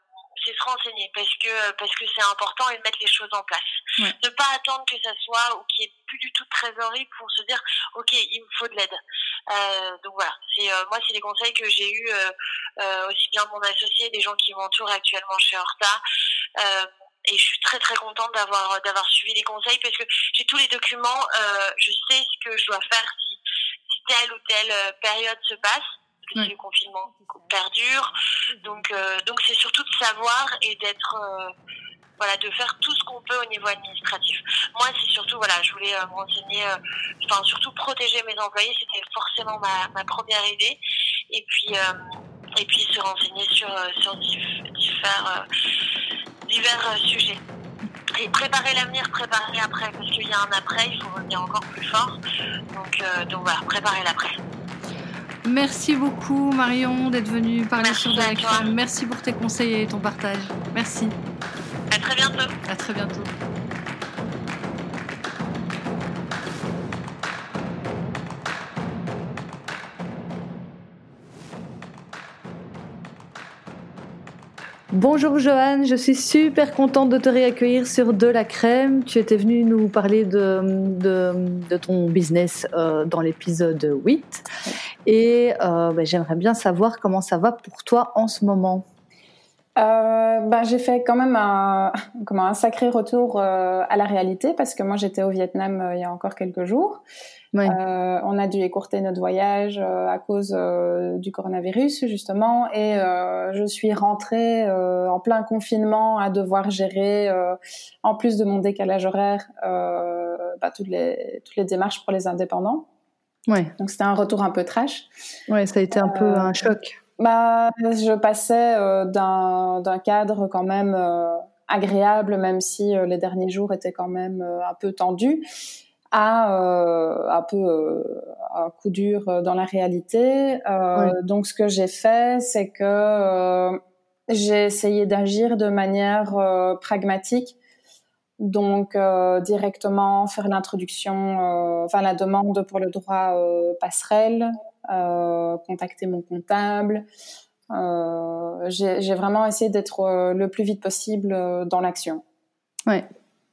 c'est se renseigner parce que parce que c'est important et de mettre les choses en place. Ouais. Ne pas attendre que ça soit ou qu'il n'y ait plus du tout de trésorerie pour se dire ok, il me faut de l'aide. Euh, donc voilà, c'est euh, moi c'est les conseils que j'ai eu euh, euh, aussi bien de mon associé, des gens qui m'entourent actuellement chez Horta. Euh, et je suis très très contente d'avoir d'avoir suivi les conseils parce que j'ai tous les documents, euh, je sais ce que je dois faire si, si telle ou telle période se passe. Ouais. Si le confinement perdure, donc euh, donc c'est surtout de savoir et d'être euh, voilà, de faire tout ce qu'on peut au niveau administratif. Moi c'est surtout voilà, je voulais euh, me renseigner, euh, enfin surtout protéger mes employés, c'était forcément ma ma première idée, et puis euh, et puis se renseigner sur sur divers divers, euh, divers euh, sujets. Et préparer l'avenir, préparer l'après, parce qu'il y a un après, il faut revenir encore plus fort. Donc euh, donc voilà, préparer l'après. Merci beaucoup Marion d'être venue parler Merci sur De la à toi. Crème. Merci pour tes conseils et ton partage. Merci. À très bientôt. À très bientôt. Bonjour Joanne, je suis super contente de te réaccueillir sur De la Crème. Tu étais venue nous parler de, de, de ton business euh, dans l'épisode huit. Et euh, ben, j'aimerais bien savoir comment ça va pour toi en ce moment. Euh, ben, j'ai fait quand même un, comment, un sacré retour euh, à la réalité parce que moi j'étais au Vietnam euh, il y a encore quelques jours. Oui. Euh, on a dû écourter notre voyage euh, à cause euh, du coronavirus justement, et euh, je suis rentrée euh, en plein confinement à devoir gérer, euh, en plus de mon décalage horaire, euh, bah, toutes les toutes les démarches pour les indépendants. Oui. Donc c'était un retour un peu trash. Ouais, ça a été un euh, peu un choc. Bah, je passais euh, d'un d'un cadre quand même euh, agréable, même si euh, les derniers jours étaient quand même euh, un peu tendus, à euh, un peu euh, un coup dur euh, dans la réalité. Euh, Oui. Donc, ce que j'ai fait, c'est que euh, j'ai essayé d'agir de manière euh, pragmatique. Donc, euh, directement faire l'introduction, euh, enfin la demande pour le droit euh, passerelle, euh, contacter mon comptable. Euh, j'ai, j'ai vraiment essayé d'être euh, le plus vite possible euh, dans l'action. Ouais.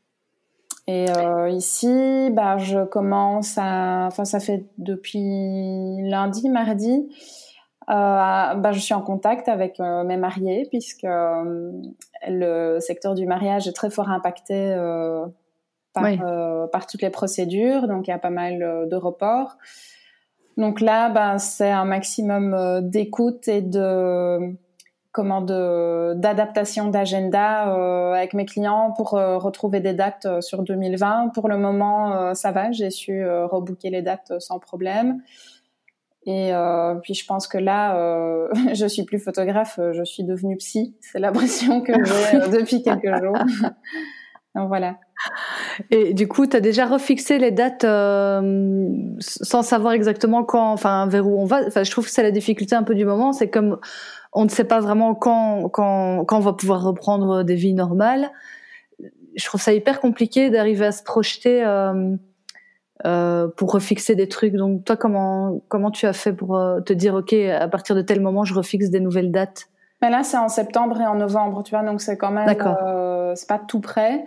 Et euh, ici, bah, je commence à... Enfin, ça fait depuis lundi, mardi, euh, bah, je suis en contact avec euh, mes mariés, puisque euh, le secteur du mariage est très fort impacté euh, par, Oui. euh, par toutes les procédures, donc il y a pas mal euh, de reports. Donc là, bah, c'est un maximum euh, d'écoute et de... comment de d'adaptation d'agenda euh, avec mes clients pour euh, retrouver des dates euh, sur deux mille vingt. Pour le moment, euh, ça va, j'ai su euh, rebooker les dates euh, sans problème. Et euh, puis je pense que là, euh, je suis plus photographe, je suis devenue psy. C'est l'impression que j'ai euh, depuis quelques jours. Donc voilà. Et du coup, tu as déjà refixé les dates euh, sans savoir exactement quand, enfin vers où on va. Enfin, je trouve que c'est la difficulté un peu du moment, c'est comme on ne sait pas vraiment quand, quand, quand on va pouvoir reprendre des vies normales. Je trouve ça hyper compliqué d'arriver à se projeter euh, euh, pour refixer des trucs. Donc, toi, comment, comment tu as fait pour euh, te dire, OK, à partir de tel moment, je refixe des nouvelles dates? Mais là, c'est en septembre et en novembre, tu vois, donc c'est quand même, euh, c'est pas tout près.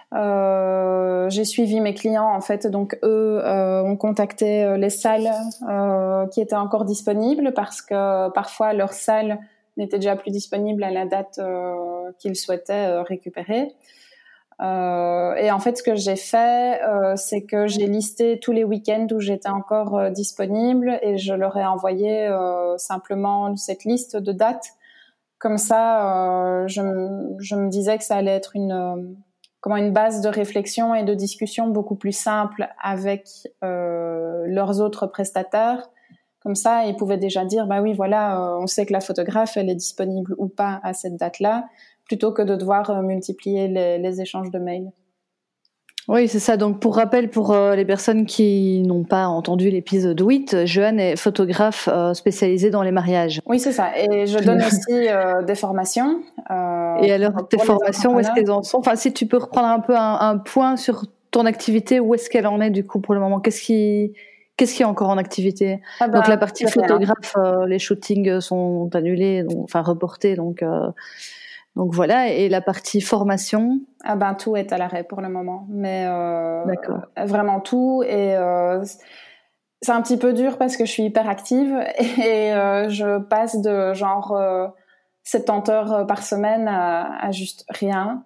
Euh, j'ai suivi mes clients en fait, donc eux euh, ont contacté les salles euh, qui étaient encore disponibles parce que parfois leur salle n'était déjà plus disponible à la date euh, qu'ils souhaitaient euh, récupérer. Euh, et en fait, ce que j'ai fait, euh, c'est que j'ai listé tous les week-ends où j'étais encore euh, disponible et je leur ai envoyé euh, simplement cette liste de dates. Comme ça, euh, je, m- je me disais que ça allait être une euh, comment une base de réflexion et de discussion beaucoup plus simple avec euh, leurs autres prestataires. Comme ça, ils pouvaient déjà dire, bah oui, voilà, euh, on sait que la photographe, elle est disponible ou pas à cette date-là, plutôt que de devoir euh, multiplier les, les échanges de mails. Oui, c'est ça. Donc, pour rappel, pour euh, les personnes qui n'ont pas entendu l'épisode huit, Joanne est photographe euh, spécialisée dans les mariages. Oui, c'est ça. Et je donne aussi euh, des formations. Euh, Et alors, tes formations, où est-ce qu'elles en sont? Enfin, si tu peux reprendre un peu un, un point sur ton activité, où est-ce qu'elle en est du coup pour le moment? Qu'est-ce qui, qu'est-ce qui est encore en activité? Ah bah, Donc, la partie c'est rien. photographe, euh, les shootings sont annulés, donc, enfin reportés. Donc, euh, Donc voilà, et la partie formation? Ah ben tout est à l'arrêt pour le moment, mais euh, vraiment tout. Et euh, c'est un petit peu dur parce que je suis hyper active et euh, je passe de genre euh, soixante-dix heures par semaine à, à juste rien.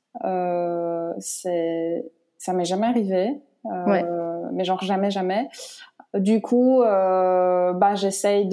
Euh, c'est, ça m'est jamais arrivé, euh, ouais. mais genre jamais, jamais. Du coup, euh, bah j'essaye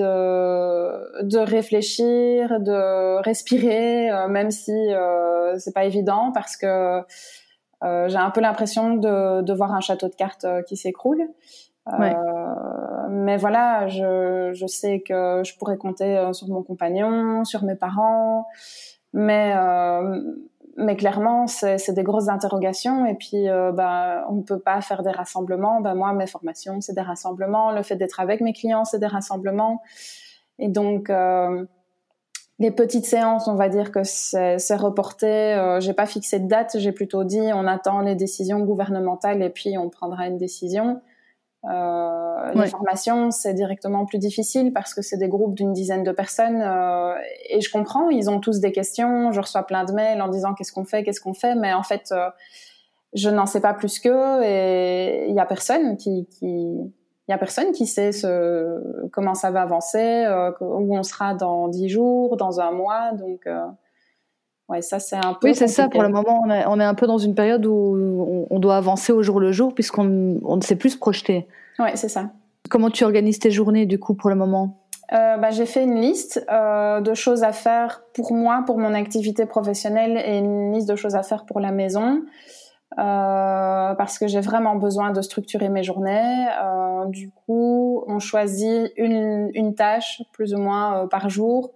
de de réfléchir, de respirer, euh, même si euh, c'est pas évident parce que euh, j'ai un peu l'impression de de voir un château de cartes euh, qui s'écroule. Ouais. Euh, mais voilà, je je sais que je pourrais compter sur mon compagnon, sur mes parents, mais euh, mais clairement c'est c'est des grosses interrogations et puis euh, bah on peut pas faire des rassemblements. Bah moi mes formations c'est des rassemblements, le fait d'être avec mes clients c'est des rassemblements et donc euh, les petites séances on va dire que c'est c'est reporté. Euh, j'ai pas fixé de date, j'ai plutôt dit on attend les décisions gouvernementales et puis on prendra une décision. Euh, ouais. Les formations, c'est directement plus difficile parce que c'est des groupes d'une dizaine de personnes euh, et je comprends, ils ont tous des questions, je reçois plein de mails en disant qu'est-ce qu'on fait, qu'est-ce qu'on fait, mais en fait, euh, je n'en sais pas plus qu'eux et il y a personne qui, qui, il y a personne qui sait ce, comment ça va avancer, euh, où on sera dans dix jours, dans un mois, donc. Euh, Ouais, ça c'est un peu. Oui, c'est compliqué. ça. Pour le moment, on est, on est un peu dans une période où on, on doit avancer au jour le jour puisqu'on on ne sait plus se projeter. Ouais, c'est ça. Comment tu organises tes journées du coup pour le moment? euh, bah, j'ai fait une liste euh, de choses à faire pour moi, pour mon activité professionnelle et une liste de choses à faire pour la maison euh, parce que j'ai vraiment besoin de structurer mes journées. Euh, du coup, on choisit une, une tâche plus ou moins euh, par jour.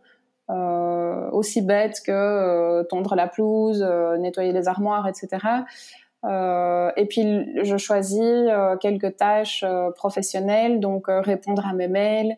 Euh, aussi bête que euh, tondre la pelouse, euh, nettoyer les armoires, et cetera. Euh, et puis je choisis euh, quelques tâches euh, professionnelles, donc euh, répondre à mes mails.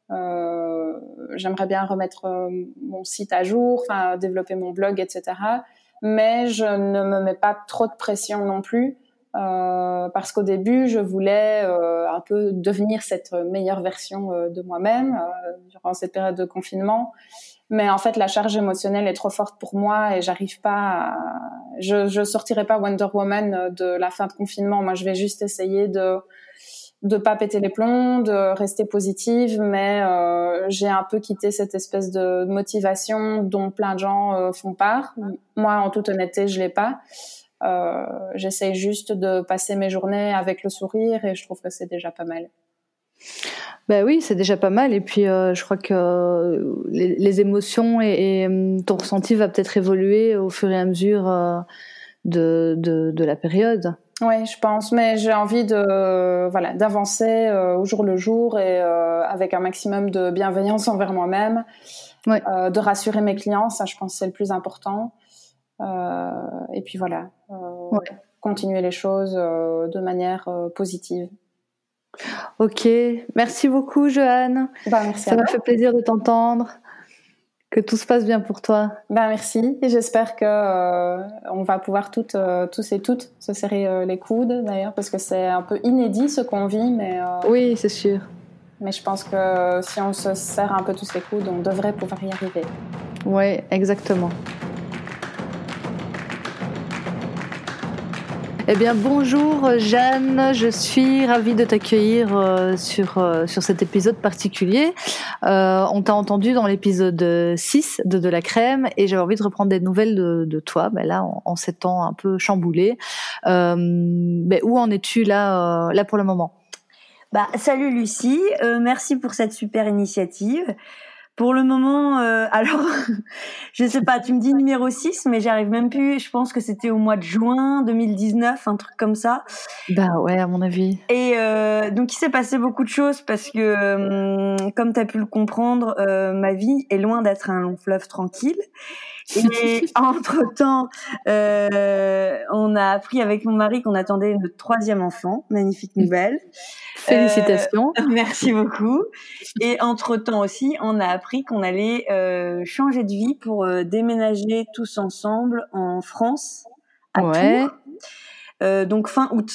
Euh, j'aimerais bien remettre euh, mon site à jour, enfin développer mon blog, et cetera. Mais je ne me mets pas trop de pression non plus. Euh, parce qu'au début, je voulais euh, un peu devenir cette meilleure version euh, de moi-même euh, durant cette période de confinement. Mais en fait, la charge émotionnelle est trop forte pour moi et j'arrive pas à... Je, je sortirai pas Wonder Woman de la fin de confinement. Moi, je vais juste essayer de de pas péter les plombs, de rester positive, mais euh, j'ai un peu quitté cette espèce de motivation dont plein de gens euh, font part. Moi, en toute honnêteté, je l'ai pas. Euh, j'essaye juste de passer mes journées avec le sourire et je trouve que c'est déjà pas mal. Ben oui, c'est déjà pas mal. Et puis, euh, je crois que les, les émotions et, et ton ressenti va peut-être évoluer au fur et à mesure euh, de, de, de la période. Oui, je pense. Mais j'ai envie de, voilà, d'avancer euh, au jour le jour et euh, avec un maximum de bienveillance envers moi-même, ouais. euh, de rassurer mes clients. Ça, je pense, c'est le plus important. Euh, et puis voilà, euh, ouais. continuer les choses euh, de manière euh, positive. Ok, merci beaucoup Joanne. Bah, merci Ça m'a fait plaisir de t'entendre, que tout se passe bien pour toi. Bah, merci et j'espère que euh, on va pouvoir toutes, euh, tous et toutes se serrer euh, les coudes d'ailleurs parce que c'est un peu inédit ce qu'on vit, mais euh, oui, c'est sûr. Mais je pense que si on se serre un peu tous les coudes, on devrait pouvoir y arriver. Oui, exactement. Eh bien, bonjour Jeanne, je suis ravie de t'accueillir euh, sur, euh, sur cet épisode particulier. Euh, on t'a entendu dans l'épisode six de De la Crème et j'avais envie de reprendre des nouvelles de, de toi, ben là, en, en ces temps un peu chamboulés. Euh, ben, où en es-tu là, euh, là pour le moment ? Bah, salut Lucie, euh, merci pour cette super initiative. Pour le moment, euh, alors, je sais pas, tu me dis numéro six, mais j'arrive même plus, je pense que c'était au mois de juin deux mille dix-neuf, un truc comme ça. Bah ouais, à mon avis. Et euh, donc, il s'est passé beaucoup de choses parce que, euh, comme tu as pu le comprendre, euh, ma vie est loin d'être un long fleuve tranquille. Et entre-temps, euh, on a appris avec mon mari qu'on attendait notre troisième enfant. Magnifique nouvelle. Félicitations. Euh, merci beaucoup. Et entre-temps aussi, on a appris qu'on allait euh, changer de vie pour euh, déménager tous ensemble en France, à ouais. Tours. Euh, donc fin août.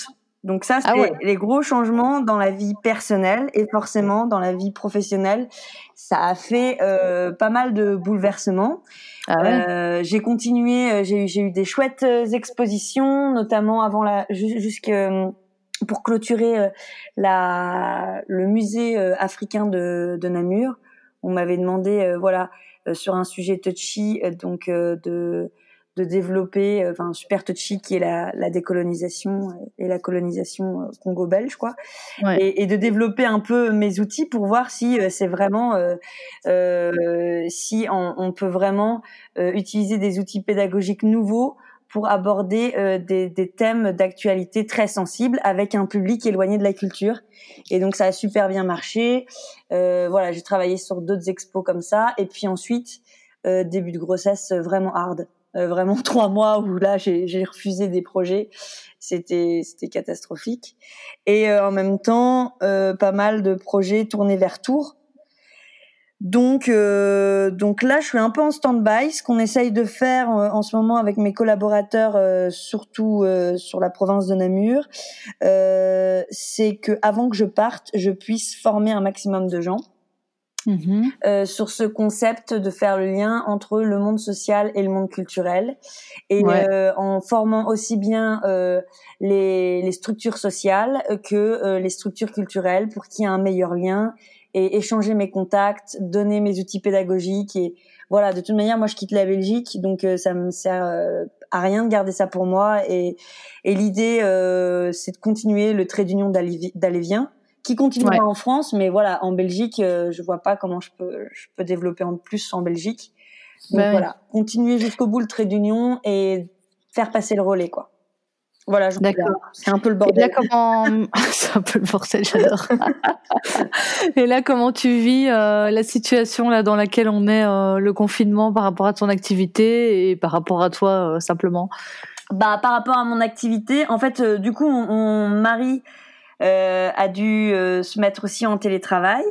Donc ça, c'est Ah ouais. les gros changements dans la vie personnelle et forcément dans la vie professionnelle. Ça a fait euh, pas mal de bouleversements. Ah ouais. Euh, j'ai continué, j'ai eu, j'ai eu des chouettes expositions, notamment avant la, jusque pour clôturer la, le musée africain de, de Namur. On m'avait demandé, euh, voilà, euh, sur un sujet touchy, euh, donc euh, de de développer, enfin euh, super touchy, qui est la, la décolonisation et la colonisation euh, congo-belge, quoi, ouais. et, et de développer un peu mes outils pour voir si euh, c'est vraiment, euh, euh, si on, on peut vraiment euh, utiliser des outils pédagogiques nouveaux pour aborder euh, des, des thèmes d'actualité très sensibles avec un public éloigné de la culture. Et donc ça a super bien marché. Euh, voilà, j'ai travaillé sur d'autres expos comme ça. Et puis ensuite, euh, début de grossesse vraiment hard. Euh, vraiment trois mois où là j'ai, j'ai refusé des projets, c'était c'était catastrophique. Et euh, en même temps, euh, pas mal de projets tournés vers Tours. Donc euh, donc là je suis un peu en stand-by. Ce qu'on essaye de faire euh, en ce moment avec mes collaborateurs, euh, surtout euh, sur la province de Namur, euh, c'est que avant que je parte, je puisse former un maximum de gens. Mmh. Euh, sur ce concept de faire le lien entre le monde social et le monde culturel, et ouais. euh, en formant aussi bien euh, les, les structures sociales que euh, les structures culturelles pour qu'il y ait un meilleur lien, et échanger mes contacts, donner mes outils pédagogiques. Et voilà, de toute manière, moi je quitte la Belgique, donc euh, ça me sert euh, à rien de garder ça pour moi, et, et l'idée euh, c'est de continuer le trait d'union d'Alévien, qui continuera ouais. en France, mais voilà, en Belgique, euh, je vois pas comment je peux, je peux développer en plus en Belgique. Donc bah voilà, ouais. continuer jusqu'au bout le trait d'union et faire passer le relais, quoi. Voilà, je D'accord. C'est un peu le bordel. Et là, comment c'est un peu le bordel, j'adore. Et là, comment tu vis euh, la situation là dans laquelle on est, euh, le confinement par rapport à ton activité et par rapport à toi euh, simplement? Bah, par rapport à mon activité, en fait, euh, du coup, on, on mari Euh, a dû euh, se mettre aussi en télétravail,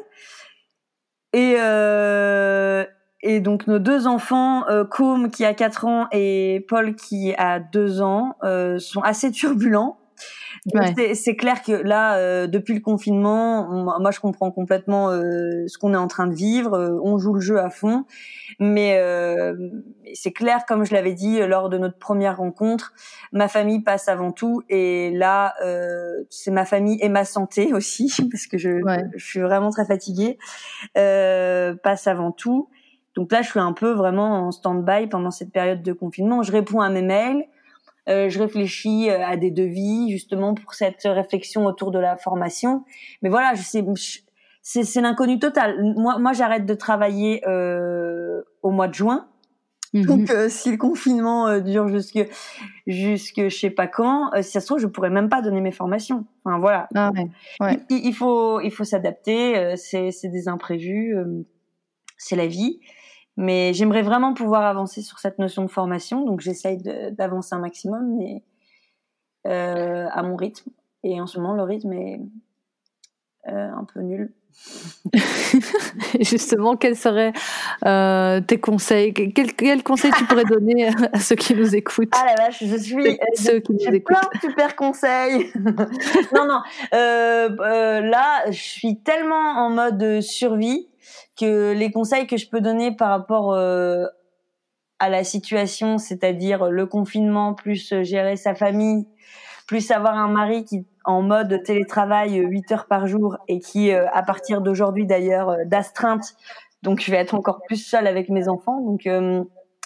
et euh, et donc nos deux enfants, euh, Com qui a quatre ans et Paul qui a deux ans, euh, sont assez turbulents. Donc ouais. c'est, c'est clair que là, euh, depuis le confinement, on, moi je comprends complètement euh, ce qu'on est en train de vivre. Euh, on joue le jeu à fond, mais euh, c'est clair, comme je l'avais dit lors de notre première rencontre, ma famille passe avant tout. Et là, euh, c'est ma famille et ma santé aussi, parce que je, ouais. je suis vraiment très fatiguée, euh, passe avant tout. Donc là, je suis un peu vraiment en stand-by pendant cette période de confinement. Je réponds à mes mails. Euh, je réfléchis à des devis justement pour cette réflexion autour de la formation. Mais voilà, je sais, je, c'est, c'est l'inconnu total. Moi, moi, j'arrête de travailler euh, au mois de juin. Mm-hmm. Donc, euh, si le confinement euh, dure jusque jusque je sais pas quand, euh, si ça se trouve, je pourrais même pas donner mes formations. Enfin voilà. Ah ouais. Ouais. Il, il faut il faut s'adapter. Euh, c'est c'est des imprévus. Euh, c'est la vie. Mais j'aimerais vraiment pouvoir avancer sur cette notion de formation, donc j'essaye de, d'avancer un maximum, mais euh, à mon rythme. Et en ce moment, le rythme est euh, un peu nul. Justement, quels seraient euh, tes conseils? Quels quel conseils tu pourrais donner à ceux qui nous écoutent? Ah la vache, je suis... Ceux qui j'ai nous écoutent. plein de super conseils. non, non. Euh, euh, là, je suis tellement en mode survie que les conseils que je peux donner par rapport euh, à la situation, c'est-à-dire le confinement, plus gérer sa famille, plus avoir un mari qui en mode télétravail huit heures par jour et qui, euh, à partir d'aujourd'hui d'ailleurs, euh, d'astreinte, donc je vais être encore plus seule avec mes enfants. Donc euh,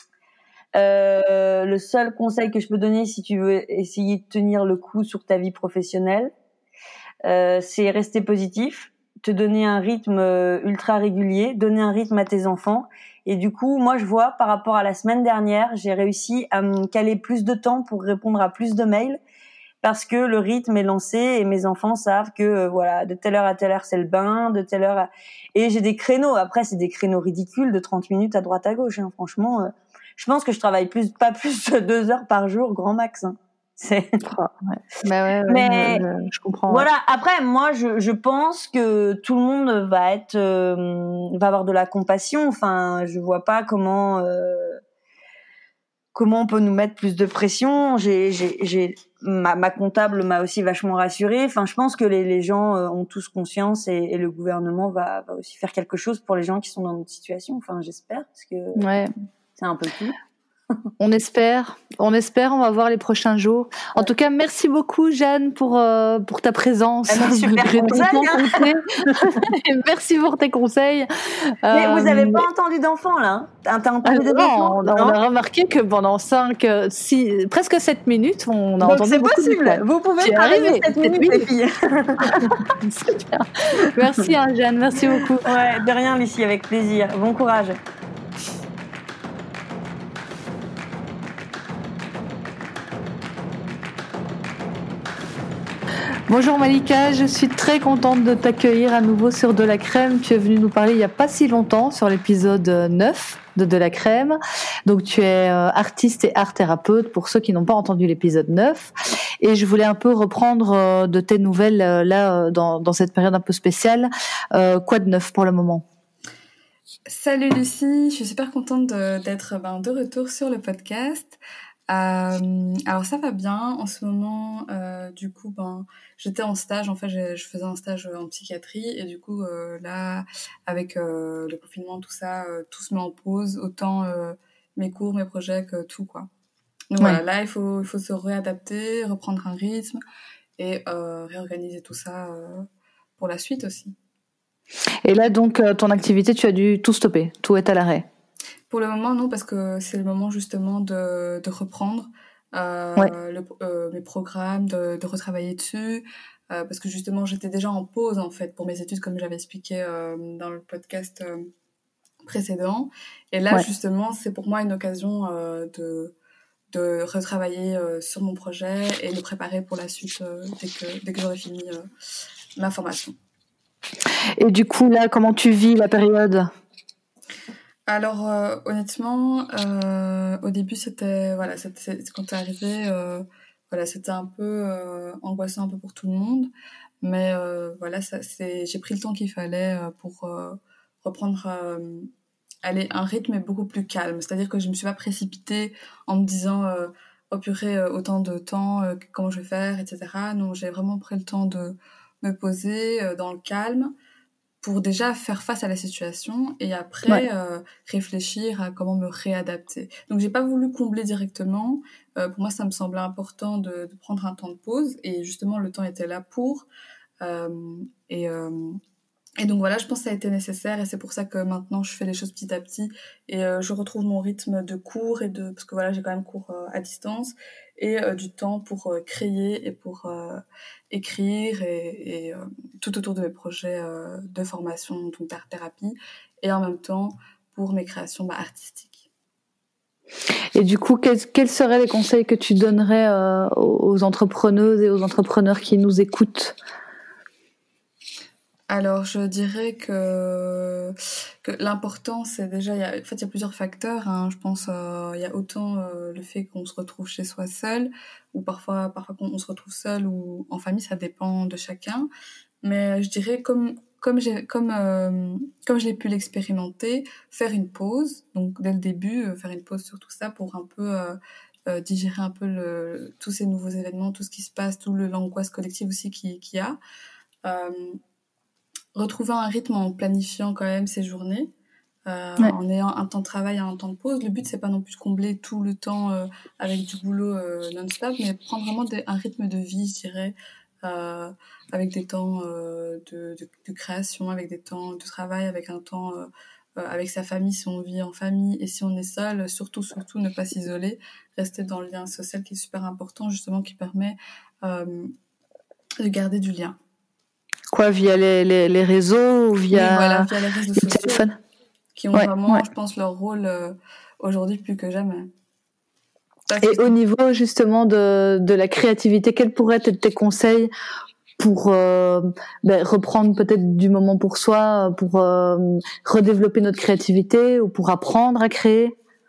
euh, le seul conseil que je peux donner si tu veux essayer de tenir le coup sur ta vie professionnelle, euh, c'est rester positif, te donner un rythme ultra régulier, donner un rythme à tes enfants. Et du coup, moi, je vois, par rapport à la semaine dernière, j'ai réussi à me caler plus de temps pour répondre à plus de mails parce que le rythme est lancé et mes enfants savent que, euh, voilà, de telle heure à telle heure, c'est le bain, de telle heure à... Et j'ai des créneaux. Après, c'est des créneaux ridicules de trente minutes à droite à gauche, hein. Franchement, euh, je pense que je travaille plus, pas plus de deux heures par jour, grand max, hein. C'est... Oh, ouais. Bah ouais, ouais, mais je, je comprends. Voilà. Ouais. Après, moi, je, je pense que tout le monde va être, euh, va avoir de la compassion. Enfin, je vois pas comment, euh, comment on peut nous mettre plus de pression. J'ai, j'ai, j'ai ma, ma comptable m'a aussi vachement rassurée. Enfin, je pense que les, les gens euh, ont tous conscience et, et le gouvernement va, va aussi faire quelque chose pour les gens qui sont dans notre situation. Enfin, j'espère, parce que ouais. c'est un peu tout. On espère, on espère, on va voir les prochains jours. En tout cas, merci beaucoup Jeanne pour euh, pour ta présence. Ah, super conseil, hein. Merci pour tes conseils. Mais euh, vous avez pas entendu d'enfants là, hein? T'as entendu ah, des enfants? Non, on a remarqué que pendant cinq, six, presque sept minutes, on a Donc entendu c'est beaucoup possible. De vous pouvez travailler sept minutes, les filles. Super. Merci hein, Jeanne, merci beaucoup. Ouais, de rien Lucie, avec plaisir. Bon courage. Bonjour Malika, je suis très contente de t'accueillir à nouveau sur De la Crème. Tu es venue nous parler il n'y a pas si longtemps sur l'épisode neuf de De la Crème. Donc tu es artiste et art thérapeute pour ceux qui n'ont pas entendu l'épisode neuf. Et je voulais un peu reprendre de tes nouvelles là dans, dans cette période un peu spéciale. Euh, quoi de neuf pour le moment ? Salut Lucie, je suis super contente de, d'être ben, de retour sur le podcast. Euh, alors ça va bien en ce moment. Euh, du coup, ben j'étais en stage. En fait, je, je faisais un stage en psychiatrie et du coup euh, là, avec euh, le confinement, tout ça, euh, tout se met en pause. Autant euh, mes cours, mes projets que tout quoi. Donc ouais. Voilà, là il faut il faut se réadapter, reprendre un rythme et euh, réorganiser tout ça euh, pour la suite aussi. Et là donc ton activité, tu as dû tout stopper, tout est à l'arrêt. Pour le moment, non, parce que c'est le moment justement de, de reprendre euh, ouais. le, euh, mes programmes, de, de retravailler dessus, euh, parce que justement, j'étais déjà en pause en fait pour mes études, comme j'avais expliqué euh, dans le podcast euh, précédent. Et là, ouais. justement, c'est pour moi une occasion euh, de, de retravailler euh, sur mon projet et de préparer pour la suite euh, dès que, dès que j'aurai fini euh, ma formation. Et du coup, là, comment tu vis la période ? Alors euh, honnêtement, euh, au début c'était voilà, c'était, c'est, quand t'es arrivé, euh, voilà, c'était un peu euh, angoissant un peu pour tout le monde, mais euh, voilà, ça, c'est, j'ai pris le temps qu'il fallait pour euh, reprendre, euh, aller un rythme beaucoup plus calme. C'est-à-dire que je me suis pas précipitée en me disant euh, oh purée, autant de temps, euh, comment je vais faire, et cetera. Non, j'ai vraiment pris le temps de me poser euh, dans le calme, pour déjà faire face à la situation et après ouais. euh, réfléchir à comment me réadapter. Donc j'ai pas voulu combler directement. Euh, pour moi, ça me semblait important de, de prendre un temps de pause et justement le temps était là pour. Euh, et, euh, et donc voilà, je pense que ça a été nécessaire et c'est pour ça que maintenant je fais les choses petit à petit et euh, je retrouve mon rythme de cours et de parce que voilà j'ai quand même cours euh, à distance et euh, du temps pour euh, créer et pour euh, écrire et, et euh, tout autour de mes projets euh, de formation donc d'art thérapie et en même temps pour mes créations bah, artistiques. Et du coup, quels, quels seraient les conseils que tu donnerais euh, aux entrepreneuses et aux entrepreneurs qui nous écoutent ? Alors, je dirais que, que l'important, c'est déjà, il y a, en fait, il y a plusieurs facteurs. Hein. Je pense, euh, il y a autant euh, le fait qu'on se retrouve chez soi seul, ou parfois, parfois qu'on se retrouve seul ou en famille, ça dépend de chacun. Mais je dirais, comme comme j'ai, comme euh, comme je l'ai pu l'expérimenter, faire une pause. Donc, dès le début, euh, faire une pause sur tout ça pour un peu euh, euh, digérer un peu le, tous ces nouveaux événements, tout ce qui se passe, tout le l'angoisse collective aussi qui qu'il y a. Euh, retrouver un rythme en planifiant quand même ses journées, euh, ouais. en ayant un temps de travail et un temps de pause. Le but, c'est pas non plus de combler tout le temps euh, avec du boulot euh, non-stop, mais prendre vraiment des, un rythme de vie, je dirais, euh, avec des temps euh, de, de, de création, avec des temps de travail, avec un temps euh, euh, avec sa famille si on vit en famille, et si on est seul, surtout, surtout ne pas s'isoler, rester dans le lien social qui est super important, justement, qui permet euh, de garder du lien. Quoi, via les, les, les réseaux ou via, oui, voilà, via les réseaux sociaux téléphone. Qui ont ouais, vraiment, ouais. je pense, leur rôle euh, aujourd'hui plus que jamais. Parce Et que... au niveau justement de, de la créativité, quels pourraient être tes conseils pour euh, ben, reprendre peut-être du moment pour soi, pour euh, redévelopper notre créativité ou pour apprendre à créer ?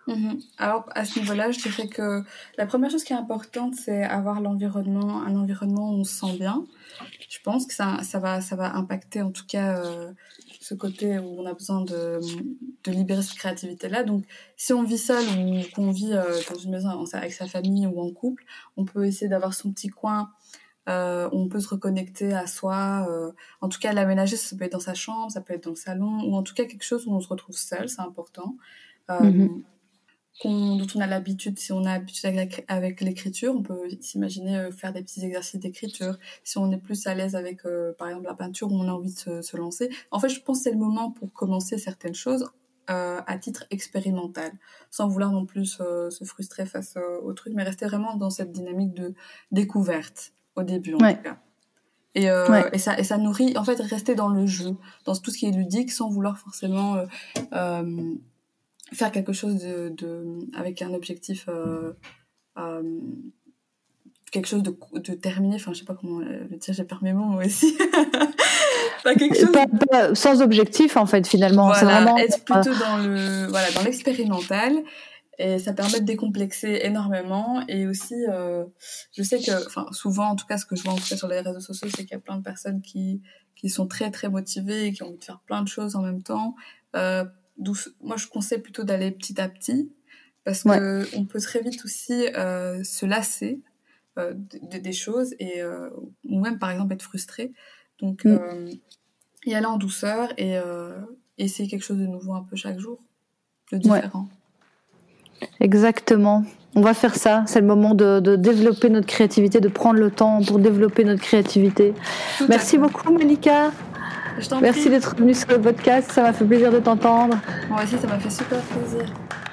Mmh. Alors, à ce niveau-là, je dirais que la première chose qui est importante, c'est avoir l'environnement, un environnement où on se sent bien. Je pense que ça, ça, va, ça va impacter en tout cas euh, ce côté où on a besoin de, de libérer cette créativité-là. Donc, si on vit seul ou qu'on vit euh, dans une maison avec sa famille ou en couple, on peut essayer d'avoir son petit coin euh, où on peut se reconnecter à soi. Euh, en tout cas, l'aménager, ça peut être dans sa chambre, ça peut être dans le salon, ou en tout cas quelque chose où on se retrouve seul, c'est important. Euh, mm-hmm. Qu'on, dont on a l'habitude, si on a l'habitude avec, avec l'écriture, on peut s'imaginer faire des petits exercices d'écriture. Si on est plus à l'aise avec, euh, par exemple, la peinture, où on a envie de se, se lancer. En fait, je pense que c'est le moment pour commencer certaines choses euh, à titre expérimental, sans vouloir non plus euh, se frustrer face euh, au truc, mais rester vraiment dans cette dynamique de découverte, au début en ouais. tout cas. Et, euh, ouais. et, ça, et ça nourrit, en fait, rester dans le jeu, dans tout ce qui est ludique, sans vouloir forcément... Euh, euh, faire quelque chose de, de avec un objectif euh, euh, quelque chose de, de terminé, enfin je sais pas comment le dire, j'ai perdu mes mots moi aussi. Enfin, quelque chose... pas, pas, sans objectif en fait finalement. Voilà, c'est vraiment être plutôt dans le voilà dans l'expérimental, et ça permet de décomplexer énormément. Et aussi euh, je sais que enfin souvent en tout cas ce que je vois en tout cas sur les réseaux sociaux, c'est qu'il y a plein de personnes qui qui sont très très motivées et qui ont envie de faire plein de choses en même temps. Euh, D'où, moi, je conseille plutôt d'aller petit à petit, parce ouais. que on peut très vite aussi euh, se lasser euh, de, de, des choses, et, euh, ou même, par exemple, être frustré. Donc, mm. euh, y aller en douceur et euh, essayer quelque chose de nouveau un peu chaque jour, de différent. Ouais. Exactement. On va faire ça. C'est le moment de, de développer notre créativité, de prendre le temps pour développer notre créativité. Tout Merci beaucoup, Malika. Merci prie. D'être venue sur le podcast, ça m'a fait plaisir de t'entendre. Moi aussi, ça m'a fait super plaisir.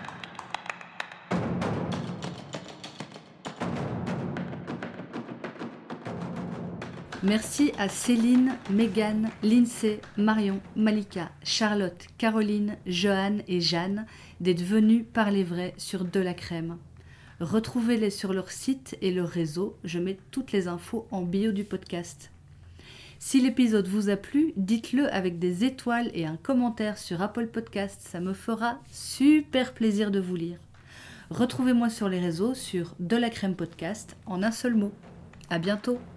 Merci à Céline, Mégane, Lindsay, Marion, Malika, Charlotte, Caroline, Joanne et Jeanne d'être venues parler vrai sur De la Crème. Retrouvez-les sur leur site et leur réseau, je mets toutes les infos en bio du podcast. Si l'épisode vous a plu, dites-le avec des étoiles et un commentaire sur Apple Podcast, ça me fera super plaisir de vous lire. Retrouvez-moi sur les réseaux sur De la Crème Podcast en un seul mot. À bientôt.